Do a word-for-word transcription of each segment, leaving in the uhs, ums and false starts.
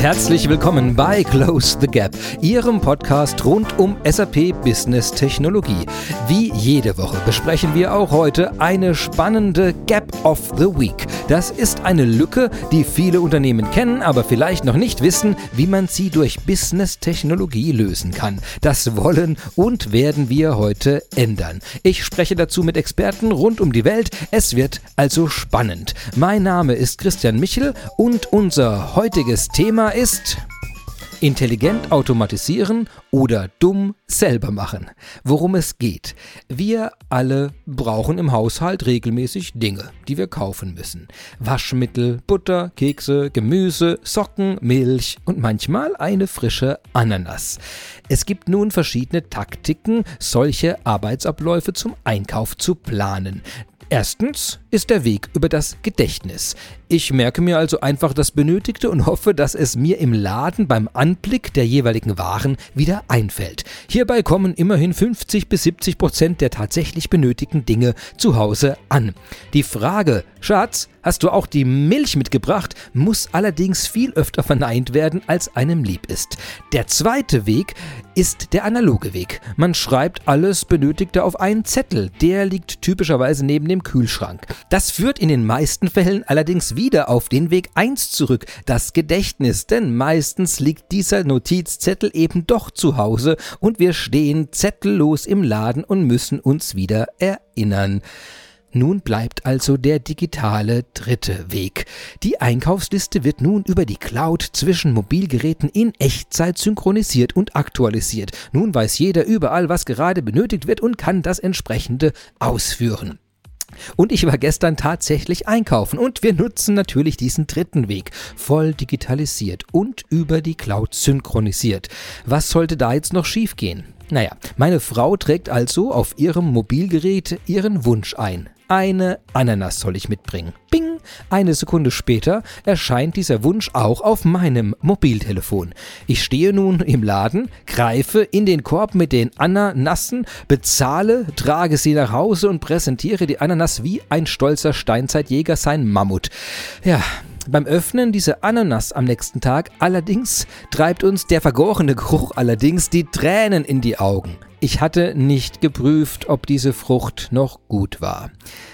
Herzlich willkommen bei Close the Gap, Ihrem Podcast rund um S A P Business Technologie. Wie jede Woche besprechen wir auch heute eine spannende Gap of the Week. Das ist eine Lücke, die viele Unternehmen kennen, aber vielleicht noch nicht wissen, wie man sie durch Business Technologie lösen kann. Das wollen und werden wir heute ändern. Ich spreche dazu mit Experten rund um die Welt. Es wird also spannend. Mein Name ist Christian Michel und unser heutiges Thema ist intelligent automatisieren oder dumm selber machen. Worum es geht. Wir alle brauchen im Haushalt regelmäßig Dinge, die wir kaufen müssen. Waschmittel, Butter, Kekse, Gemüse, Socken, Milch und manchmal eine frische Ananas. Es gibt nun verschiedene Taktiken, solche Arbeitsabläufe zum Einkauf zu planen. Erstens ist der Weg über das Gedächtnis. Ich merke mir also einfach das Benötigte und hoffe, dass es mir im Laden beim Anblick der jeweiligen Waren wieder einfällt. Hierbei kommen immerhin fünfzig bis siebzig Prozent der tatsächlich benötigten Dinge zu Hause an. Die Frage, Schatz, hast du auch die Milch mitgebracht, muss allerdings viel öfter verneint werden, als einem lieb ist. Der zweite Weg ist der analoge Weg. Man schreibt alles Benötigte auf einen Zettel. Der liegt typischerweise neben dem Kühlschrank. Das führt in den meisten Fällen allerdings wieder auf den Weg eins zurück, das Gedächtnis, denn meistens liegt dieser Notizzettel eben doch zu Hause und wir stehen zettellos im Laden und müssen uns wieder erinnern. Nun bleibt also der digitale dritte Weg. Die Einkaufsliste wird nun über die Cloud zwischen Mobilgeräten in Echtzeit synchronisiert und aktualisiert. Nun weiß jeder überall, was gerade benötigt wird und kann das entsprechende ausführen. Und ich war gestern tatsächlich einkaufen und wir nutzen natürlich diesen dritten Weg, voll digitalisiert und über die Cloud synchronisiert. Was sollte da jetzt noch schiefgehen? Naja, meine Frau trägt also auf ihrem Mobilgerät ihren Wunsch ein. Eine Ananas soll ich mitbringen. Bing! Eine Sekunde später erscheint dieser Wunsch auch auf meinem Mobiltelefon. Ich stehe nun im Laden, greife in den Korb mit den Ananassen, bezahle, trage sie nach Hause und präsentiere die Ananas wie ein stolzer Steinzeitjäger sein Mammut. Ja, beim Öffnen dieser Ananas am nächsten Tag allerdings treibt uns der vergorene Geruch allerdings die Tränen in die Augen. Ich hatte nicht geprüft, ob diese Frucht noch gut war.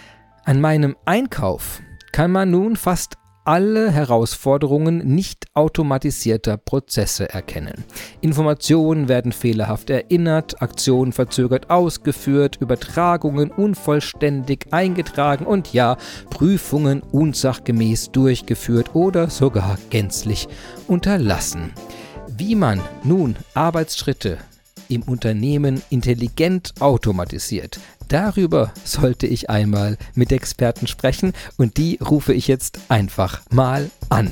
An meinem Einkauf kann man nun fast alle Herausforderungen nicht automatisierter Prozesse erkennen. Informationen werden fehlerhaft erinnert, Aktionen verzögert ausgeführt, Übertragungen unvollständig eingetragen und ja, Prüfungen unsachgemäß durchgeführt oder sogar gänzlich unterlassen. Wie man nun Arbeitsschritte im Unternehmen intelligent automatisiert. Darüber sollte ich einmal mit Experten sprechen und die rufe ich jetzt einfach mal an.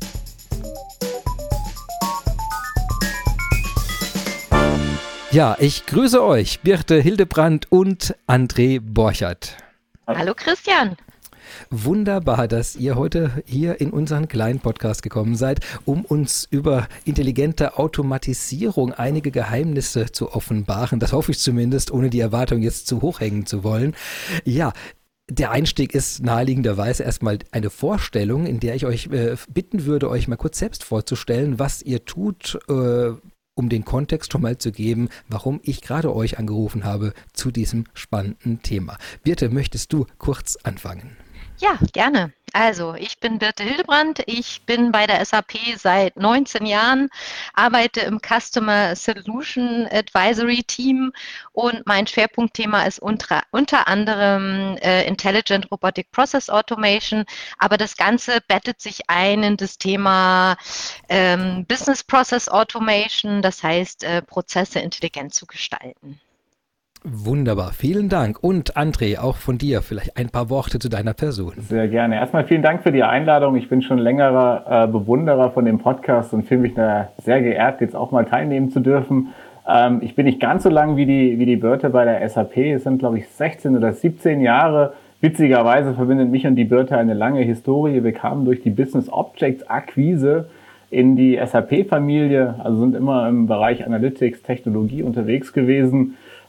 Ja, ich grüße euch, Birte Hildebrandt und André Borchert. Hallo Christian. Wunderbar, dass ihr heute hier in unseren kleinen Podcast gekommen seid, um uns über intelligente Automatisierung einige Geheimnisse zu offenbaren. Das hoffe ich zumindest, ohne die Erwartung jetzt zu hoch hängen zu wollen. Ja, der Einstieg ist naheliegenderweise erstmal eine Vorstellung, in der ich euch äh, bitten würde, euch mal kurz selbst vorzustellen, was ihr tut, äh, um den Kontext schon mal zu geben, warum ich gerade euch angerufen habe zu diesem spannenden Thema. Birte, möchtest du kurz anfangen? Ja, gerne. Also, ich bin Birte Hildebrandt. Ich bin bei der S A P seit neunzehn Jahren, arbeite im Customer Solution Advisory Team und mein Schwerpunktthema ist unter, unter anderem äh, Intelligent Robotic Process Automation, aber das Ganze bettet sich ein in das Thema ähm, Business Process Automation, das heißt, äh, Prozesse intelligent zu gestalten. Wunderbar, vielen Dank. Und André, auch von dir vielleicht ein paar Worte zu deiner Person. Sehr gerne. Erstmal vielen Dank für die Einladung. Ich bin schon längerer äh, Bewunderer von dem Podcast und fühle mich da sehr geehrt, jetzt auch mal teilnehmen zu dürfen. Ähm, ich bin nicht ganz so lang wie die, wie die Birte bei der S A P. Es sind, glaube ich, sechzehn oder siebzehn Jahre. Witzigerweise verbindet mich und die Birte eine lange Historie. Wir kamen durch die Business Objects Akquise in die S A P-Familie, also sind immer im Bereich Analytics, Technologie unterwegs gewesen.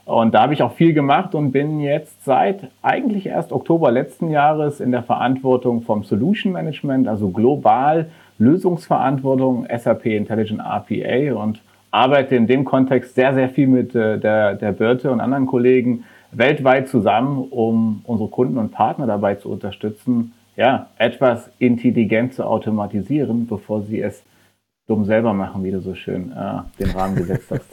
Und da habe ich auch viel gemacht und bin jetzt seit eigentlich erst Oktober letzten Jahres in der Verantwortung vom Solution Management, also global Lösungsverantwortung, S A P Intelligent R P A, und arbeite in dem Kontext sehr, sehr viel mit äh, der, der Birte und anderen Kollegen weltweit zusammen, um unsere Kunden und Partner dabei zu unterstützen, ja, etwas intelligent zu automatisieren, bevor sie es dumm selber machen, wie du so schön äh, den Rahmen gesetzt hast.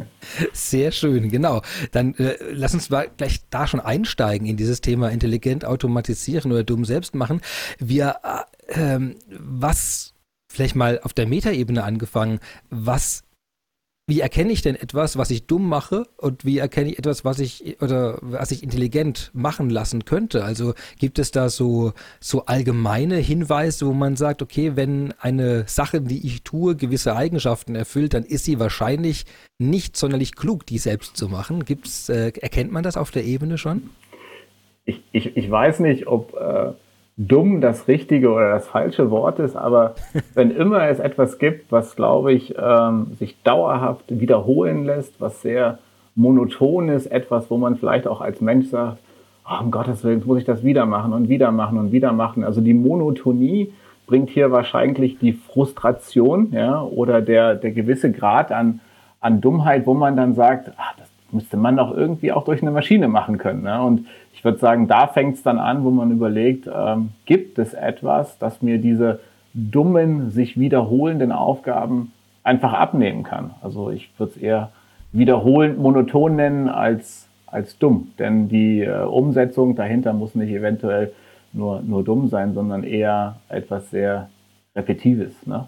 Sehr schön, genau. Dann äh, lass uns mal gleich da schon einsteigen in dieses Thema intelligent automatisieren oder dumm selbst machen. Wir, äh, ähm, was, vielleicht mal auf der Metaebene angefangen, was Wie erkenne ich denn etwas, was ich dumm mache, und wie erkenne ich etwas, was ich oder was ich intelligent machen lassen könnte? Also gibt es da so, so allgemeine Hinweise, wo man sagt, okay, wenn eine Sache, die ich tue, gewisse Eigenschaften erfüllt, dann ist sie wahrscheinlich nicht sonderlich klug, die selbst zu machen. Gibt's, äh, erkennt man das auf der Ebene schon? Ich, ich, ich weiß nicht, ob äh dumm das richtige oder das falsche Wort ist, aber wenn immer es etwas gibt, was, glaube ich, ähm, sich dauerhaft wiederholen lässt, was sehr monoton ist, etwas, wo man vielleicht auch als Mensch sagt, oh, um Gottes Willen, muss ich das wieder machen und wieder machen und wieder machen. Also die Monotonie bringt hier wahrscheinlich die Frustration, ja, oder der, der gewisse Grad an, an Dummheit, wo man dann sagt, ach, das müsste man doch irgendwie auch durch eine Maschine machen können. Ne? Und ich würde sagen, da fängt es dann an, wo man überlegt, ähm, gibt es etwas, das mir diese dummen, sich wiederholenden Aufgaben einfach abnehmen kann. Also ich würde es eher wiederholend monoton nennen als, als dumm. Denn die äh, Umsetzung dahinter muss nicht eventuell nur, nur dumm sein, sondern eher etwas sehr Repetitives, ne?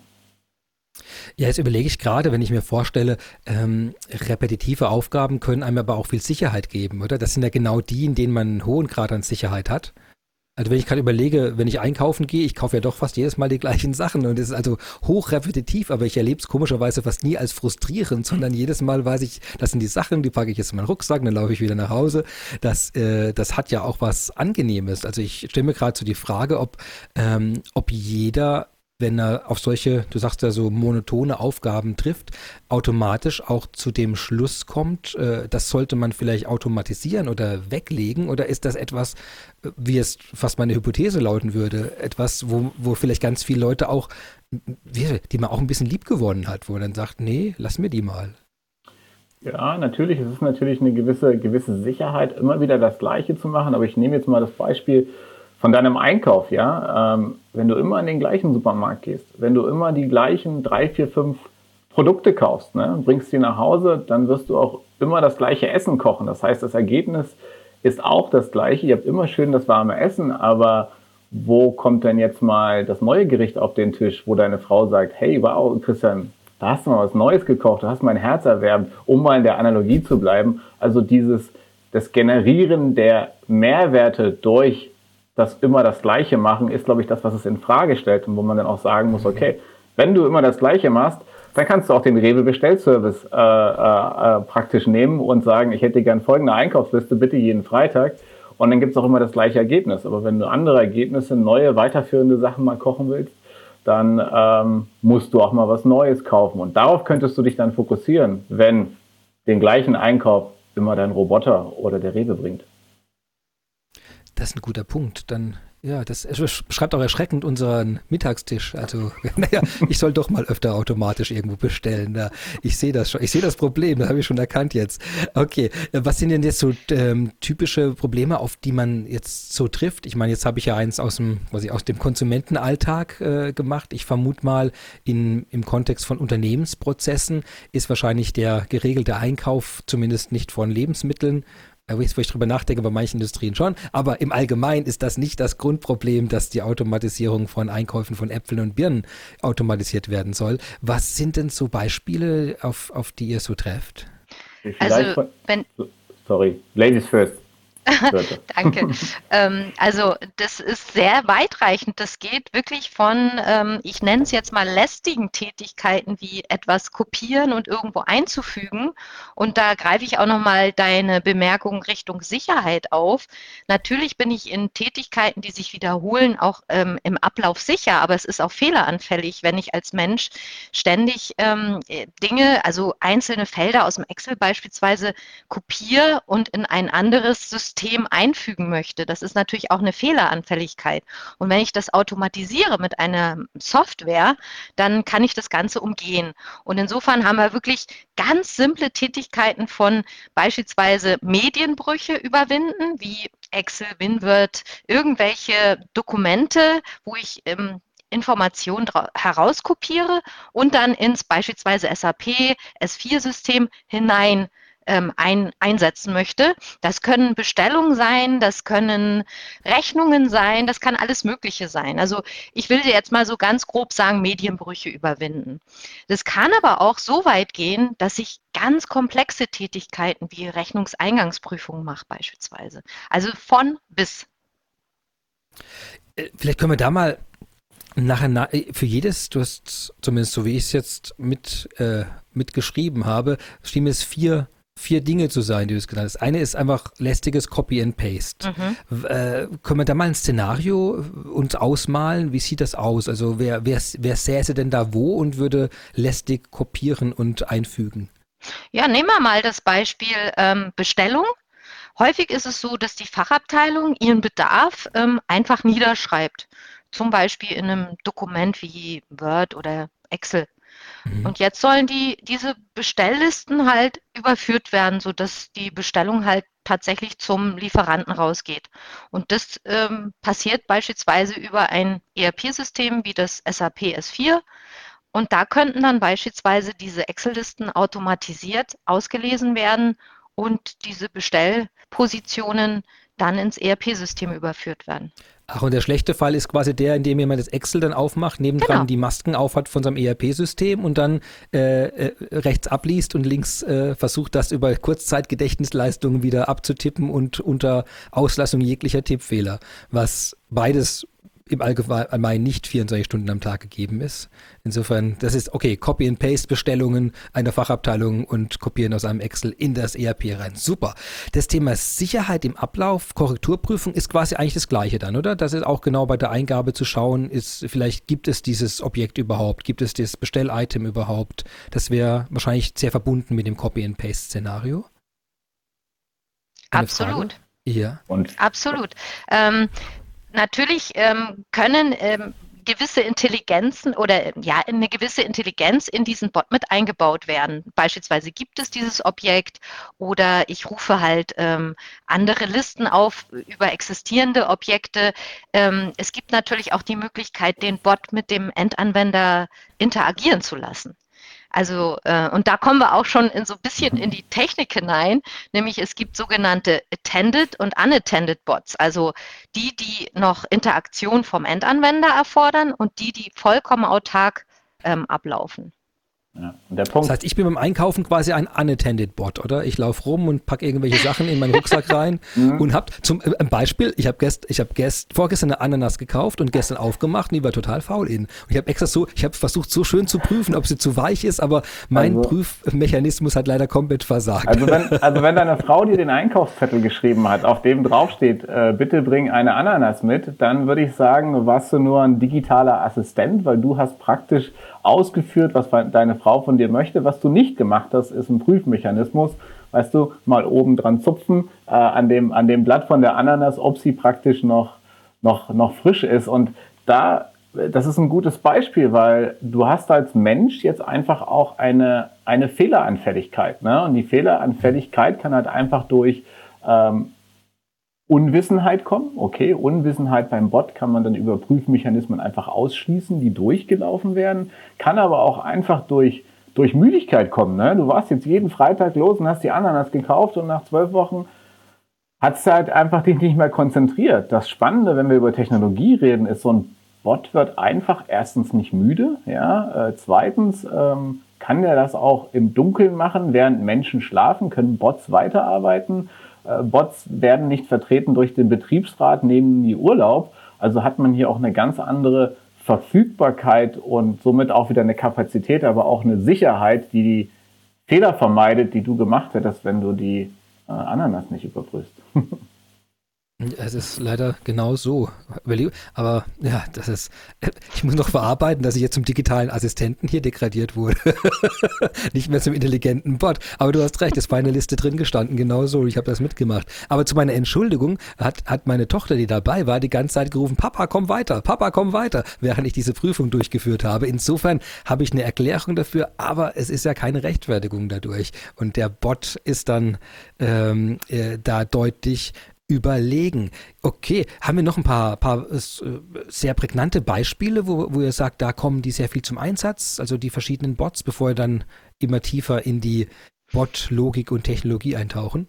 Ja, jetzt überlege ich gerade, wenn ich mir vorstelle, ähm, repetitive Aufgaben können einem aber auch viel Sicherheit geben, oder? Das sind ja genau die, in denen man einen hohen Grad an Sicherheit hat. Also wenn ich gerade überlege, wenn ich einkaufen gehe, ich kaufe ja doch fast jedes Mal die gleichen Sachen und es ist also hoch repetitiv, aber ich erlebe es komischerweise fast nie als frustrierend, sondern jedes Mal weiß ich, das sind die Sachen, die packe ich jetzt in meinen Rucksack, dann laufe ich wieder nach Hause. Das, äh, das hat ja auch was Angenehmes. Also ich stelle mir gerade so die Frage, ob, ähm, ob jeder, wenn er auf solche, du sagst ja so monotone Aufgaben trifft, automatisch auch zu dem Schluss kommt, äh, das sollte man vielleicht automatisieren oder weglegen, oder ist das etwas, wie es fast meine Hypothese lauten würde, etwas, wo, wo vielleicht ganz viele Leute auch, die man auch ein bisschen lieb gewonnen hat, wo man dann sagt, nee, lass mir die mal. Ja, natürlich, es ist natürlich eine gewisse, gewisse Sicherheit, immer wieder das Gleiche zu machen, aber ich nehme jetzt mal das Beispiel von deinem Einkauf, ja, ähm, wenn du immer in den gleichen Supermarkt gehst, wenn du immer die gleichen drei, vier, fünf Produkte kaufst, ne, bringst die nach Hause, dann wirst du auch immer das gleiche Essen kochen. Das heißt, das Ergebnis ist auch das gleiche. Ihr habt immer schön das warme Essen, aber wo kommt denn jetzt mal das neue Gericht auf den Tisch, wo deine Frau sagt, hey, wow, Christian, da hast du mal was Neues gekocht, du hast mein Herz erwärmt, um mal in der Analogie zu bleiben. Also dieses, das Generieren der Mehrwerte durch das immer das Gleiche machen, ist, glaube ich, das, was es in Frage stellt und wo man dann auch sagen muss, okay, wenn du immer das Gleiche machst, dann kannst du auch den Rewe-Bestellservice äh, äh, praktisch nehmen und sagen, ich hätte gern folgende Einkaufsliste, bitte jeden Freitag, und dann gibt es auch immer das gleiche Ergebnis. Aber wenn du andere Ergebnisse, neue, weiterführende Sachen mal kochen willst, dann ähm, musst du auch mal was Neues kaufen. Und darauf könntest du dich dann fokussieren, wenn den gleichen Einkauf immer dein Roboter oder der Rewe bringt. Das ist ein guter Punkt. Dann, ja, das beschreibt auch erschreckend unseren Mittagstisch. Also, naja, ich soll doch mal öfter automatisch irgendwo bestellen. Da, ich sehe das schon. Ich sehe das Problem, das habe ich schon erkannt jetzt. Okay, was sind denn jetzt so ähm, typische Probleme, auf die man jetzt so trifft? Ich meine, jetzt habe ich ja eins aus dem, was ich aus dem Konsumentenalltag äh, gemacht. Ich vermute mal, in, im Kontext von Unternehmensprozessen ist wahrscheinlich der geregelte Einkauf zumindest nicht von Lebensmitteln, wo ich drüber nachdenke, bei manchen Industrien schon, aber im Allgemeinen ist das nicht das Grundproblem, dass die Automatisierung von Einkäufen von Äpfeln und Birnen automatisiert werden soll. Was sind denn so Beispiele, auf, auf die ihr so trefft? Also, wenn... Sorry, Ladies first. Danke. ähm, also das ist sehr weitreichend. Das geht wirklich von, ähm, ich nenne es jetzt mal lästigen Tätigkeiten wie etwas kopieren und irgendwo einzufügen. Und da greife ich auch nochmal deine Bemerkung Richtung Sicherheit auf. Natürlich bin ich in Tätigkeiten, die sich wiederholen, auch ähm, im Ablauf sicher, aber es ist auch fehleranfällig, wenn ich als Mensch ständig ähm, Dinge, also einzelne Felder aus dem Excel beispielsweise kopiere und in ein anderes System System einfügen möchte. Das ist natürlich auch eine Fehleranfälligkeit. Und wenn ich das automatisiere mit einer Software, dann kann ich das Ganze umgehen. Und insofern haben wir wirklich ganz simple Tätigkeiten von beispielsweise Medienbrüche überwinden, wie Excel, WinWord, irgendwelche Dokumente, wo ich ähm, Informationen herauskopiere und dann ins beispielsweise S A P, S vier System hinein ähm, ein, einsetzen möchte. Das können Bestellungen sein, das können Rechnungen sein, das kann alles Mögliche sein. Also ich will dir jetzt mal so ganz grob sagen, Medienbrüche überwinden. Das kann aber auch so weit gehen, dass ich ganz komplexe Tätigkeiten wie Rechnungseingangsprüfungen mache beispielsweise. Also von bis. Vielleicht können wir da mal nachher für jedes, du hast zumindest so wie ich es jetzt mit, äh, mitgeschrieben habe, stehen es vier vier Dinge zu sein, die du es genannt hast. Eine ist einfach lästiges Copy and Paste. Mhm. Äh, können wir da mal ein Szenario uns ausmalen? Wie sieht das aus? Also wer, wer, wer säße denn da wo und würde lästig kopieren und einfügen? Ja, nehmen wir mal das Beispiel ähm, Bestellung. Häufig ist es so, dass die Fachabteilung ihren Bedarf ähm, einfach niederschreibt. Zum Beispiel in einem Dokument wie Word oder Excel. Und jetzt sollen die, diese Bestelllisten halt überführt werden, sodass die Bestellung halt tatsächlich zum Lieferanten rausgeht. Und das ähm, passiert beispielsweise über ein E R P-System wie das S A P S vier. Und da könnten dann beispielsweise diese Excel-Listen automatisiert ausgelesen werden und diese Bestellpositionen dann ins E R P-System überführt werden. Ach, und der schlechte Fall ist quasi der, in dem jemand das Excel dann aufmacht, nebendran genau. die Masken aufhat von seinem E R P-System und dann äh, äh, rechts abliest und links äh, versucht, das über Kurzzeitgedächtnisleistungen wieder abzutippen und unter Auslassung jeglicher Tippfehler, was beides im Allgemeinen nicht vierundzwanzig Stunden am Tag gegeben ist. Insofern, das ist okay, Copy and Paste Bestellungen einer Fachabteilung und kopieren aus einem Excel in das E R P rein. Super. Das Thema Sicherheit im Ablauf, Korrekturprüfung ist quasi eigentlich das Gleiche dann, oder? Das ist auch genau bei der Eingabe zu schauen, ist vielleicht gibt es dieses Objekt überhaupt, gibt es das Bestell-Item überhaupt? Das wäre wahrscheinlich sehr verbunden mit dem Copy and Paste Szenario. Eine Absolut. Frage? Ja. Und Absolut. Ähm, Natürlich ähm, können ähm, gewisse Intelligenzen oder ja eine gewisse Intelligenz in diesen Bot mit eingebaut werden. Beispielsweise gibt es dieses Objekt oder ich rufe halt ähm, andere Listen auf über existierende Objekte. Ähm, es gibt natürlich auch die Möglichkeit, den Bot mit dem Endanwender interagieren zu lassen. Also, äh, und da kommen wir auch schon in so ein bisschen in die Technik hinein, nämlich es gibt sogenannte Attended und Unattended Bots, also die, die noch Interaktion vom Endanwender erfordern und die, die vollkommen autark ähm, ablaufen. Ja, der Punkt. Das heißt, ich bin beim Einkaufen quasi ein unattended Bot, oder? Ich laufe rum und packe irgendwelche Sachen in meinen Rucksack rein mhm. und hab zum äh, ein Beispiel, ich habe gest, ich habe gest, vorgestern eine Ananas gekauft und gestern aufgemacht und die war total faul innen. Und ich habe extra so, ich habe versucht so schön zu prüfen, ob sie zu weich ist, aber mein also, Prüfmechanismus hat leider komplett versagt. Also wenn, also wenn deine Frau dir den Einkaufszettel geschrieben hat, auf dem draufsteht, äh, bitte bring eine Ananas mit, dann würde ich sagen, warst du nur ein digitaler Assistent, weil du hast praktisch ausgeführt, was deine Frau von dir möchte. Was du nicht gemacht hast, ist ein Prüfmechanismus. Weißt du, mal oben dran zupfen, äh, an dem, an dem Blatt von der Ananas, ob sie praktisch noch, noch, noch frisch ist. Und da, das ist ein gutes Beispiel, weil du hast als Mensch jetzt einfach auch eine, eine Fehleranfälligkeit, ne? Und die Fehleranfälligkeit kann halt einfach durch ähm, Unwissenheit kommen. Okay, Unwissenheit beim Bot kann man dann über Prüfmechanismen einfach ausschließen, die durchgelaufen werden. Kann aber auch einfach durch, durch Müdigkeit kommen. Ne? Du warst jetzt jeden Freitag los und hast die Ananas gekauft und nach zwölf Wochen hast du halt einfach dich nicht mehr konzentriert. Das Spannende, wenn wir über Technologie reden, ist, so ein Bot wird einfach erstens nicht müde. Ja? Äh, zweitens ähm, kann der das auch im Dunkeln machen, während Menschen schlafen, können Bots weiterarbeiten. Äh, Bots werden nicht vertreten durch den Betriebsrat, nehmen die Urlaub. Also hat man hier auch eine ganz andere Verfügbarkeit und somit auch wieder eine Kapazität, aber auch eine Sicherheit, die die Fehler vermeidet, die du gemacht hättest, wenn du die äh, Ananas nicht überprüfst. Es ist leider genau so. Aber ja, das ist, ich muss noch verarbeiten, dass ich jetzt zum digitalen Assistenten hier degradiert wurde. Nicht mehr zum intelligenten Bot. Aber du hast recht, es war in der Liste drin gestanden, genau so. Ich habe das mitgemacht. Aber zu meiner Entschuldigung hat, hat meine Tochter, die dabei war, die ganze Zeit gerufen, Papa, komm weiter, Papa, komm weiter, während ich diese Prüfung durchgeführt habe. Insofern habe ich eine Erklärung dafür, aber es ist ja keine Rechtfertigung dadurch. Und der Bot ist dann ähm, äh, da deutlich überlegen. Okay, haben wir noch ein paar, paar äh, sehr prägnante Beispiele, wo, wo ihr sagt, da kommen die sehr viel zum Einsatz, also die verschiedenen Bots, bevor ihr dann immer tiefer in die Bot-Logik und Technologie eintauchen?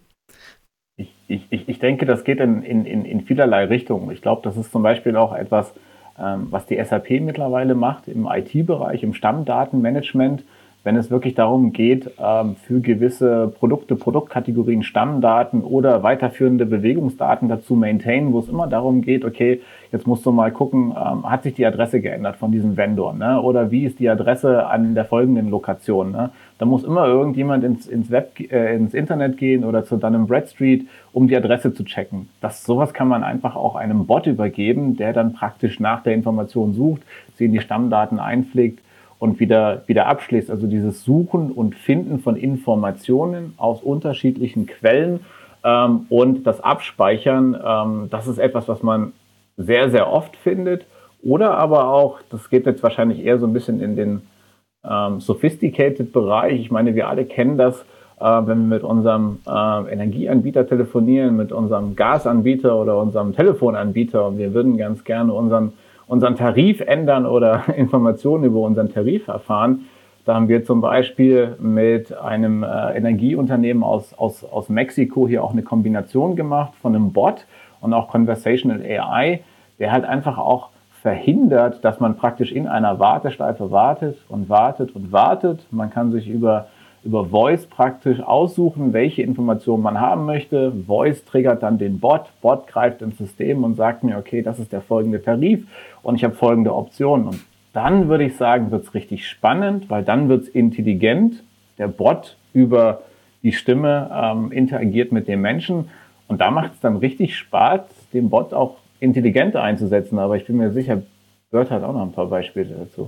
Ich, ich, ich denke, das geht in, in, in vielerlei Richtungen. Ich glaube, das ist zum Beispiel auch etwas, ähm, was die S A P mittlerweile macht im I T-Bereich, im Stammdatenmanagement, wenn es wirklich darum geht, für gewisse Produkte, Produktkategorien, Stammdaten oder weiterführende Bewegungsdaten dazu maintainen, wo es immer darum geht, okay, jetzt musst du mal gucken, hat sich die Adresse geändert von diesem Vendor, ne? Oder wie ist die Adresse an der folgenden Lokation, ne? Da muss immer irgendjemand ins, ins Web, äh, ins Internet gehen oder zu Dun and Bradstreet, um die Adresse zu checken. Das, sowas kann man einfach auch einem Bot übergeben, der dann praktisch nach der Information sucht, sie in die Stammdaten einpflegt und wieder, wieder abschließt. Also dieses Suchen und Finden von Informationen aus unterschiedlichen Quellen ähm, und das Abspeichern, ähm, das ist etwas, was man sehr, sehr oft findet. Oder aber auch, das geht jetzt wahrscheinlich eher so ein bisschen in den ähm, sophisticated Bereich. Ich meine, wir alle kennen das, äh, wenn wir mit unserem äh, Energieanbieter telefonieren, mit unserem Gasanbieter oder unserem Telefonanbieter und wir würden ganz gerne unseren unseren Tarif ändern oder Informationen über unseren Tarif erfahren. Da haben wir zum Beispiel mit einem äh, Energieunternehmen aus, aus, aus Mexiko hier auch eine Kombination gemacht von einem Bot und auch Conversational A I, der halt einfach auch verhindert, dass man praktisch in einer Warteschleife wartet und wartet und wartet. Man kann sich über über Voice praktisch aussuchen, welche Informationen man haben möchte. Voice triggert dann den Bot. Bot greift ins System und sagt mir, okay, das ist der folgende Tarif und ich habe folgende Optionen. Und dann würde ich sagen, wird es richtig spannend, weil dann wird es intelligent. Der Bot über die Stimme ähm, interagiert mit dem Menschen und da macht es dann richtig Spaß, den Bot auch intelligent einzusetzen. Aber ich bin mir sicher, Bert hat auch noch ein paar Beispiele dazu.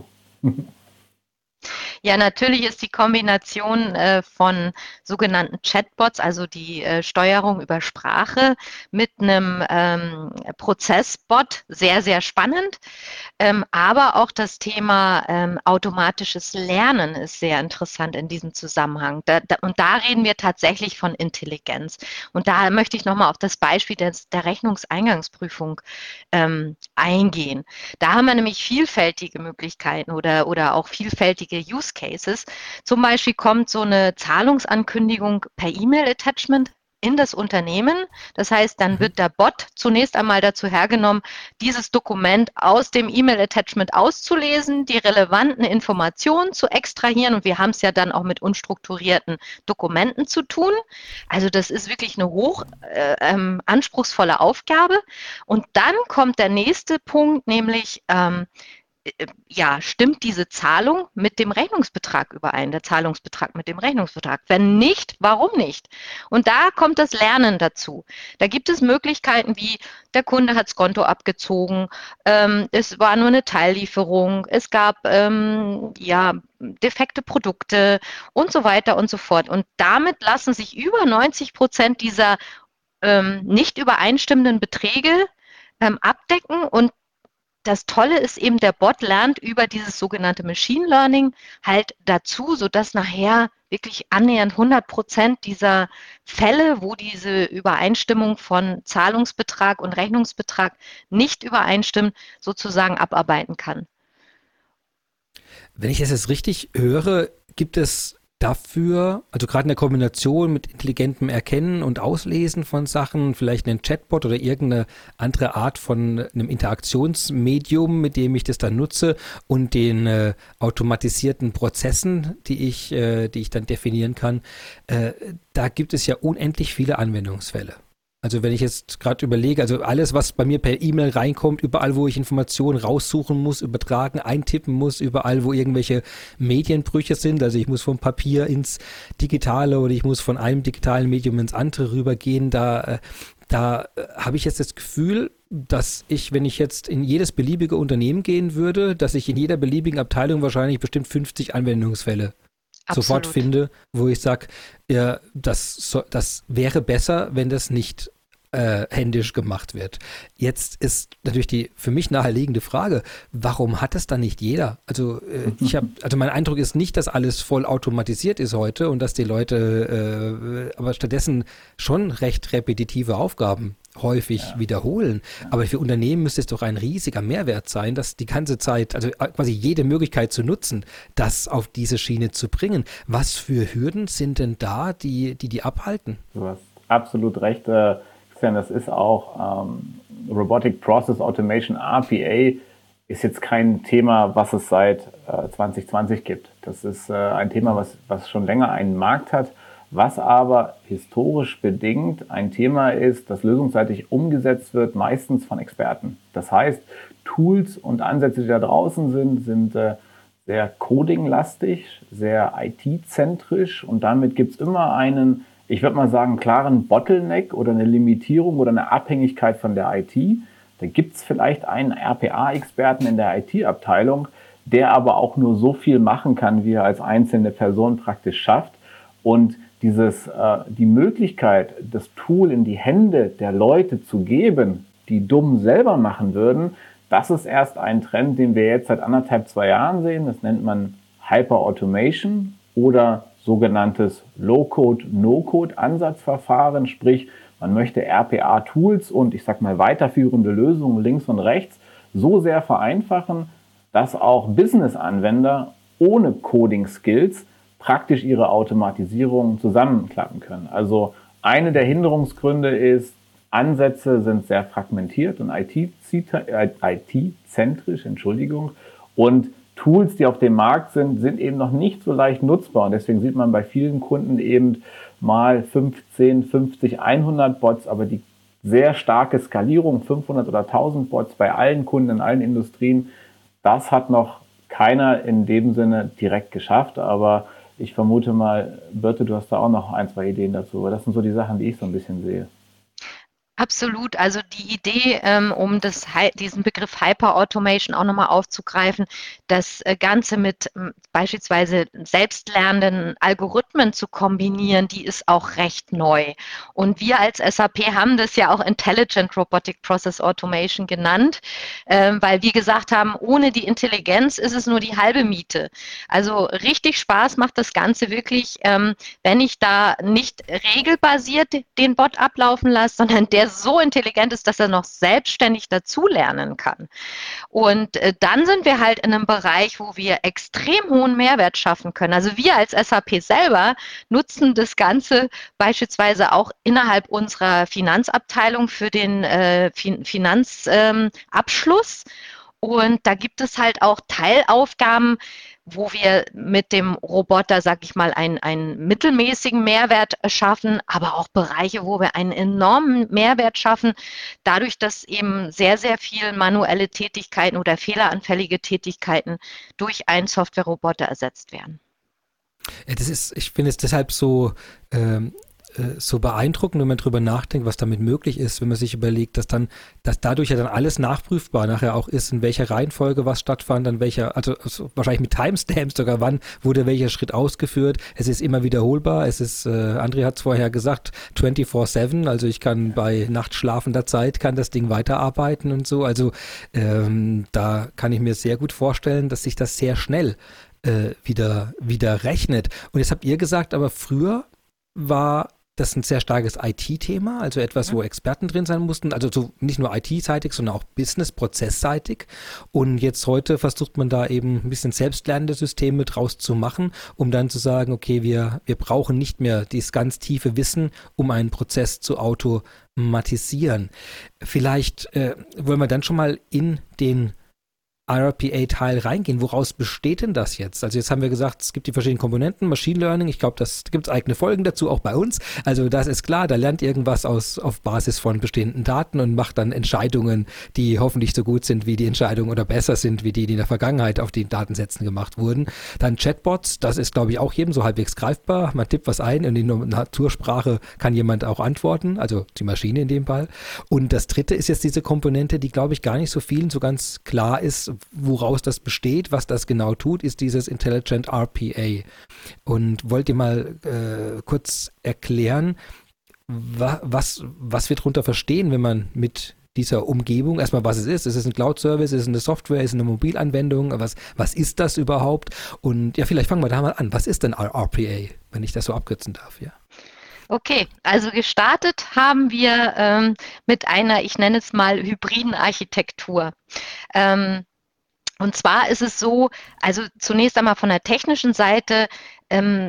Ja, natürlich ist die Kombination äh, von sogenannten Chatbots, also die äh, Steuerung über Sprache, mit einem ähm, Prozessbot sehr, sehr spannend. Ähm, aber auch das Thema ähm, automatisches Lernen ist sehr interessant in diesem Zusammenhang. Da, da, und da reden wir tatsächlich von Intelligenz. Und da möchte ich nochmal auf das Beispiel des, der Rechnungseingangsprüfung ähm, eingehen. Da haben wir nämlich vielfältige Möglichkeiten oder, oder auch vielfältige Use Cases. Zum Beispiel kommt so eine Zahlungsankündigung per E-Mail-Attachment in das Unternehmen. Das heißt, dann wird der Bot zunächst einmal dazu hergenommen, dieses Dokument aus dem E-Mail-Attachment auszulesen, die relevanten Informationen zu extrahieren. Und wir haben es ja dann auch mit unstrukturierten Dokumenten zu tun. Also das ist wirklich eine hoch äh, ähm, anspruchsvolle Aufgabe. Und dann kommt der nächste Punkt, nämlich ähm, ja, stimmt diese Zahlung mit dem Rechnungsbetrag überein, der Zahlungsbetrag mit dem Rechnungsbetrag? Wenn nicht, warum nicht? Und da kommt das Lernen dazu. Da gibt es Möglichkeiten wie, der Kunde hat das Konto abgezogen, ähm, es war nur eine Teillieferung, es gab ähm, ja, defekte Produkte und so weiter und so fort. Und damit lassen sich über neunzig Prozent dieser ähm, nicht übereinstimmenden Beträge ähm, abdecken und das Tolle ist eben, der Bot lernt über dieses sogenannte Machine Learning halt dazu, sodass nachher wirklich annähernd hundert Prozent dieser Fälle, wo diese Übereinstimmung von Zahlungsbetrag und Rechnungsbetrag nicht übereinstimmen, sozusagen abarbeiten kann. Wenn ich das jetzt richtig höre, gibt es dafür, also gerade in der Kombination mit intelligentem Erkennen und Auslesen von Sachen, vielleicht einen Chatbot oder irgendeine andere Art von einem Interaktionsmedium, mit dem ich das dann nutze und den äh, automatisierten Prozessen, die ich, äh, die ich dann definieren kann, äh, da gibt es ja unendlich viele Anwendungsfälle. Also wenn ich jetzt gerade überlege, also alles, was bei mir per E-Mail reinkommt, überall, wo ich Informationen raussuchen muss, übertragen, eintippen muss, überall, wo irgendwelche Medienbrüche sind, also ich muss vom Papier ins Digitale oder ich muss von einem digitalen Medium ins andere rübergehen, da, da habe ich jetzt das Gefühl, dass ich, wenn ich jetzt in jedes beliebige Unternehmen gehen würde, dass ich in jeder beliebigen Abteilung wahrscheinlich bestimmt fünfzig Anwendungsfälle Absolut. sofort finde, wo ich sage, ja, das, so, das wäre besser, wenn das nicht äh, händisch gemacht wird. Jetzt ist natürlich die für mich naheliegende Frage, warum hat es dann nicht jeder? Also äh, ich habe, also mein Eindruck ist nicht, dass alles voll automatisiert ist heute und dass die Leute äh, aber stattdessen schon recht repetitive Aufgaben häufig ja. wiederholen. Aber für Unternehmen müsste es doch ein riesiger Mehrwert sein, das die ganze Zeit, also quasi jede Möglichkeit zu nutzen, das auf diese Schiene zu bringen. Was für Hürden sind denn da, die die, die abhalten? Du hast absolut recht, Christian, das ist auch ähm, Robotic Process Automation, R P A, ist jetzt kein Thema, was es seit äh, zwanzig zwanzig gibt. Das ist äh, ein Thema, was, was schon länger einen Markt hat, was aber historisch bedingt ein Thema ist, das lösungsseitig umgesetzt wird, meistens von Experten. Das heißt, Tools und Ansätze, die da draußen sind, sind äh, sehr coding-lastig, sehr I T-zentrisch und damit gibt es immer einen, ich würde mal sagen, klaren Bottleneck oder eine Limitierung oder eine Abhängigkeit von der I T. Da gibt es vielleicht einen R P A-Experten in der I T-Abteilung, der aber auch nur so viel machen kann, wie er als einzelne Person praktisch schafft. Und dieses, äh, die Möglichkeit, das Tool in die Hände der Leute zu geben, die dumm selber machen würden, das ist erst ein Trend, den wir jetzt seit anderthalb, zwei Jahren sehen. Das nennt man Hyper-Automation oder sogenanntes Low-Code, No-Code-Ansatzverfahren. Sprich, man möchte R P A-Tools und ich sag mal weiterführende Lösungen links und rechts so sehr vereinfachen, dass auch Business-Anwender ohne Coding-Skills praktisch ihre Automatisierung zusammenklappen können. Also eine der Hinderungsgründe ist, Ansätze sind sehr fragmentiert und I T-zentrisch, Entschuldigung, und Tools, die auf dem Markt sind, sind eben noch nicht so leicht nutzbar und deswegen sieht man bei vielen Kunden eben mal fünfzehn, fünfzig, hundert Bots, aber die sehr starke Skalierung, fünfhundert oder tausend Bots bei allen Kunden in allen Industrien, das hat noch keiner in dem Sinne direkt geschafft, aber ich vermute mal, Birte, du hast da auch noch ein, zwei Ideen dazu, aber das sind so die Sachen, die ich so ein bisschen sehe. Absolut. Also die Idee, ähm, um das, diesen Begriff Hyper-Automation auch nochmal aufzugreifen, das Ganze mit ähm, beispielsweise selbstlernenden Algorithmen zu kombinieren, die ist auch recht neu. Und wir als S A P haben das ja auch Intelligent Robotic Process Automation genannt, ähm, weil wir gesagt haben, ohne die Intelligenz ist es nur die halbe Miete. Also richtig Spaß macht das Ganze wirklich, ähm, wenn ich da nicht regelbasiert den Bot ablaufen lasse, sondern der so intelligent ist, dass er noch selbstständig dazulernen kann. Und äh, dann sind wir halt in einem Bereich, wo wir extrem hohen Mehrwert schaffen können. Also wir als S A P selber nutzen das Ganze beispielsweise auch innerhalb unserer Finanzabteilung für den äh, fin- Finanzabschluss. Ähm, Und da gibt es halt auch Teilaufgaben, wo wir mit dem Roboter, sag ich mal, einen, einen mittelmäßigen Mehrwert schaffen, aber auch Bereiche, wo wir einen enormen Mehrwert schaffen, dadurch, dass eben sehr, sehr viel manuelle Tätigkeiten oder fehleranfällige Tätigkeiten durch einen Software-Roboter ersetzt werden. Ja, das ist, ich finde es deshalb so ähm so beeindruckend, wenn man drüber nachdenkt, was damit möglich ist, wenn man sich überlegt, dass dann, dass dadurch ja dann alles nachprüfbar nachher auch ist, in welcher Reihenfolge was stattfand, an welcher, also, also wahrscheinlich mit Timestamps sogar, wann wurde welcher Schritt ausgeführt. Es ist immer wiederholbar. Es ist, äh, André hat es vorher gesagt, vierundzwanzig sieben, also ich kann bei nachtschlafender Zeit, kann das Ding weiterarbeiten und so. Also ähm, da kann ich mir sehr gut vorstellen, dass sich das sehr schnell äh, wieder, wieder rechnet. Und jetzt habt ihr gesagt, aber früher war das ist ein sehr starkes I T-Thema, also etwas, wo Experten drin sein mussten, also so nicht nur I T-seitig, sondern auch Business-Prozessseitig. Und jetzt heute versucht man da eben ein bisschen selbstlernende Systeme draus zu machen, um dann zu sagen, okay, wir, wir brauchen nicht mehr dieses ganz tiefe Wissen, um einen Prozess zu automatisieren. Vielleicht äh, wollen wir dann schon mal in den R P A-Teil reingehen. Woraus besteht denn das jetzt? Also jetzt haben wir gesagt, es gibt die verschiedenen Komponenten, Machine Learning, ich glaube, das gibt es eigene Folgen dazu, auch bei uns. Also das ist klar, da lernt irgendwas aus auf Basis von bestehenden Daten und macht dann Entscheidungen, die hoffentlich so gut sind wie die Entscheidungen oder besser sind wie die, die in der Vergangenheit auf den Datensätzen gemacht wurden. Dann Chatbots, das ist, glaube ich, auch jedem so halbwegs greifbar. Man tippt was ein und in der Natursprache kann jemand auch antworten, also die Maschine in dem Fall. Und das dritte ist jetzt diese Komponente, die, glaube ich, gar nicht so vielen so ganz klar ist, woraus das besteht, was das genau tut, ist dieses Intelligent R P A. Und wollt ihr mal äh, kurz erklären, wa- was, was wir darunter verstehen, wenn man mit dieser Umgebung, erstmal was es ist, ist es ein Cloud-Service, ist es eine Software, ist es eine Mobilanwendung, was, was ist das überhaupt? Und ja, vielleicht fangen wir da mal an. Was ist denn R P A, wenn ich das so abkürzen darf? Ja. Okay, also gestartet haben wir ähm, mit einer, ich nenne es mal, hybriden Architektur. Ähm, Und zwar ist es so, also zunächst einmal von der technischen Seite ähm,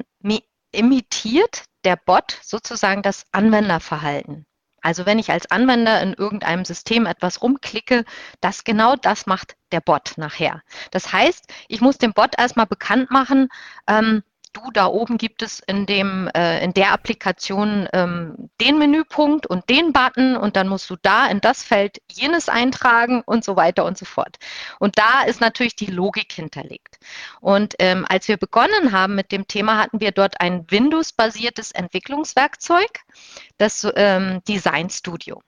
imitiert der Bot sozusagen das Anwenderverhalten. Also wenn ich als Anwender in irgendeinem System etwas rumklicke, das genau das macht der Bot nachher. Das heißt, ich muss dem Bot erstmal bekannt machen, ähm, du, da oben gibt es in dem, äh, in der Applikation ähm, den Menüpunkt und den Button und dann musst du da in das Feld jenes eintragen und so weiter und so fort. Und da ist natürlich die Logik hinterlegt. Und ähm, als wir begonnen haben mit dem Thema, hatten wir dort ein Windows-basiertes Entwicklungswerkzeug, das ähm, Design Studio.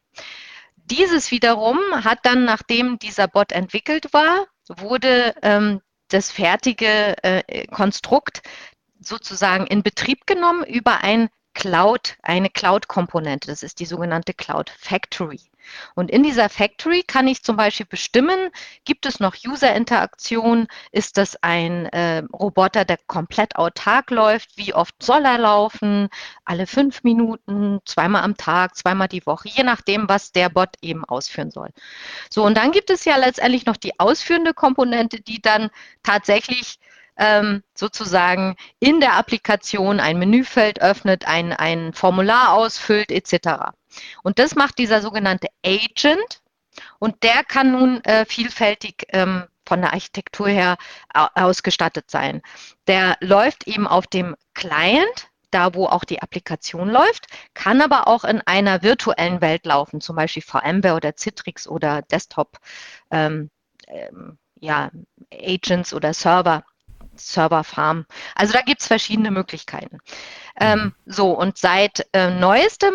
Dieses wiederum hat dann, nachdem dieser Bot entwickelt war, wurde ähm, das fertige äh, Konstrukt sozusagen in Betrieb genommen über ein Cloud, eine Cloud-Komponente. Das ist die sogenannte Cloud Factory. Und in dieser Factory kann ich zum Beispiel bestimmen, gibt es noch User-Interaktion? Ist das ein äh, Roboter, der komplett autark läuft? Wie oft soll er laufen? Alle fünf Minuten, zweimal am Tag, zweimal die Woche, je nachdem, was der Bot eben ausführen soll. So, und dann gibt es ja letztendlich noch die ausführende Komponente, die dann tatsächlich ähm, sozusagen in der Applikation ein Menüfeld öffnet, ein, ein Formular ausfüllt et cetera. Und das macht dieser sogenannte Agent und der kann nun äh, vielfältig ähm, von der Architektur her ausgestattet sein. Der läuft eben auf dem Client, da wo auch die Applikation läuft, kann aber auch in einer virtuellen Welt laufen, zum Beispiel VMware oder Citrix oder Desktop ähm, ähm, ja, Agents oder Server. Serverfarm. Also da gibt es verschiedene Möglichkeiten. Ähm, so, und seit äh, neuestem,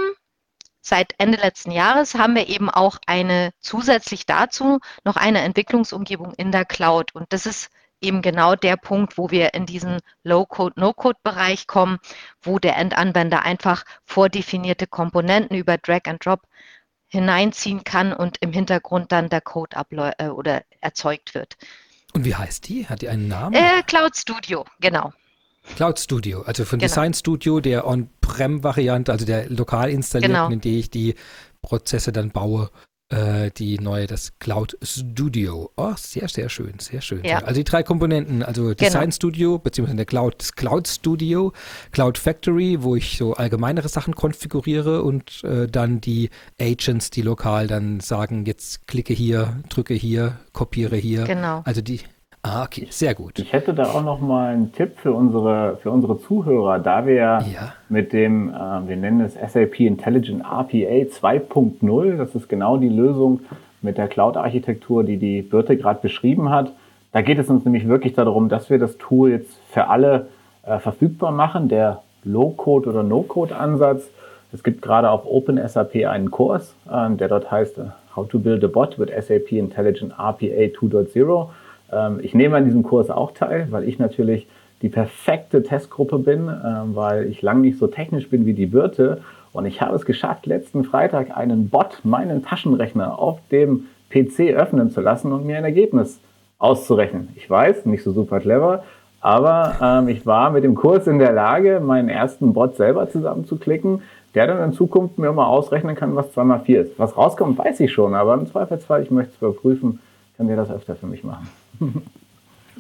seit Ende letzten Jahres, haben wir eben auch eine zusätzlich dazu noch eine Entwicklungsumgebung in der Cloud. Und das ist eben genau der Punkt, wo wir in diesen Low-Code, No-Code-Bereich kommen, wo der Endanwender einfach vordefinierte Komponenten über Drag and Drop hineinziehen kann und im Hintergrund dann der Code abläu- äh, oder erzeugt wird. Und wie heißt die? Hat die einen Namen? Äh, Cloud Studio, genau. Cloud Studio, also von Genau. Design Studio, der On-Prem-Variante, also der lokal installierten, Genau. in der ich die Prozesse dann baue, äh, die neue, das Cloud Studio. Oh, sehr, sehr schön, sehr schön. Ja. Also die drei Komponenten, also Design Genau. Studio, beziehungsweise der Cloud, das Cloud Studio, Cloud Factory, wo ich so allgemeinere Sachen konfiguriere und äh, dann die Agents, die lokal dann sagen, jetzt klicke hier, drücke hier, kopiere hier. Genau. Also die, ah, okay, sehr gut. Ich hätte da auch noch mal einen Tipp für unsere, für unsere Zuhörer, da wir Ja. mit dem, äh, wir nennen es S A P Intelligent R P A zwei Punkt null, das ist genau die Lösung mit der Cloud-Architektur, die die Birte gerade beschrieben hat. Da geht es uns nämlich wirklich darum, dass wir das Tool jetzt für alle äh, verfügbar machen, der Low-Code- oder No-Code-Ansatz. Es gibt gerade auf OpenSAP einen Kurs, äh, der dort heißt äh, How to Build a Bot with S A P Intelligent R P A zwei Punkt null. Ich nehme an diesem Kurs auch teil, weil ich natürlich die perfekte Testgruppe bin, weil ich lang nicht so technisch bin wie die Birte. Und ich habe es geschafft, letzten Freitag einen Bot, meinen Taschenrechner, auf dem P C öffnen zu lassen und mir ein Ergebnis auszurechnen. Ich weiß, nicht so super clever, aber ähm, ich war mit dem Kurs in der Lage, meinen ersten Bot selber zusammenzuklicken, der dann in Zukunft mir mal ausrechnen kann, was zwei mal vier ist. Was rauskommt, weiß ich schon, aber im Zweifelsfall, ich möchte es überprüfen, kann der das öfter für mich machen.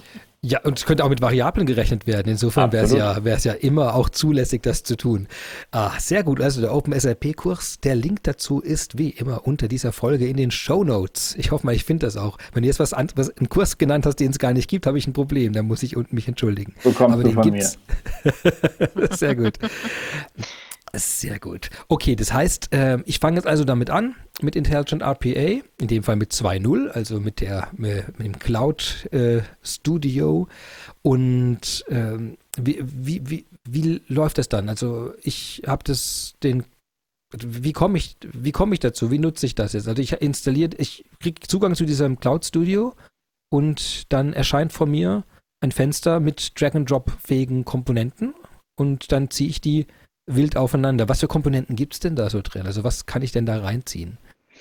Ja, und es könnte auch mit Variablen gerechnet werden. Insofern wäre es ja, wäre es ja immer auch zulässig, das zu tun. Ah, sehr gut. Also der OpenSRP-Kurs, der Link dazu ist wie immer unter dieser Folge in den Shownotes. Ich hoffe mal, ich finde das auch. Wenn du jetzt was, an, was einen Kurs genannt hast, den es gar nicht gibt, habe ich ein Problem. Dann muss ich unten mich entschuldigen. Bekommst Aber du den von gibt's. Mir. Sehr gut. Sehr gut. Okay, das heißt, äh, ich fange jetzt also damit an, mit Intelligent R P A, in dem Fall mit zwei Punkt null, also mit, der, mit dem Cloud äh, Studio. Und ähm, wie, wie, wie, wie läuft das dann? Also ich habe das, den, wie komme ich, wie komme ich dazu? Wie nutze ich das jetzt? Also ich installiere, ich kriege Zugang zu diesem Cloud Studio und dann erscheint vor mir ein Fenster mit Drag-and-Drop-fähigen Komponenten und dann ziehe ich die wild aufeinander. Was für Komponenten gibt es denn da so drin? Also was kann ich denn da reinziehen?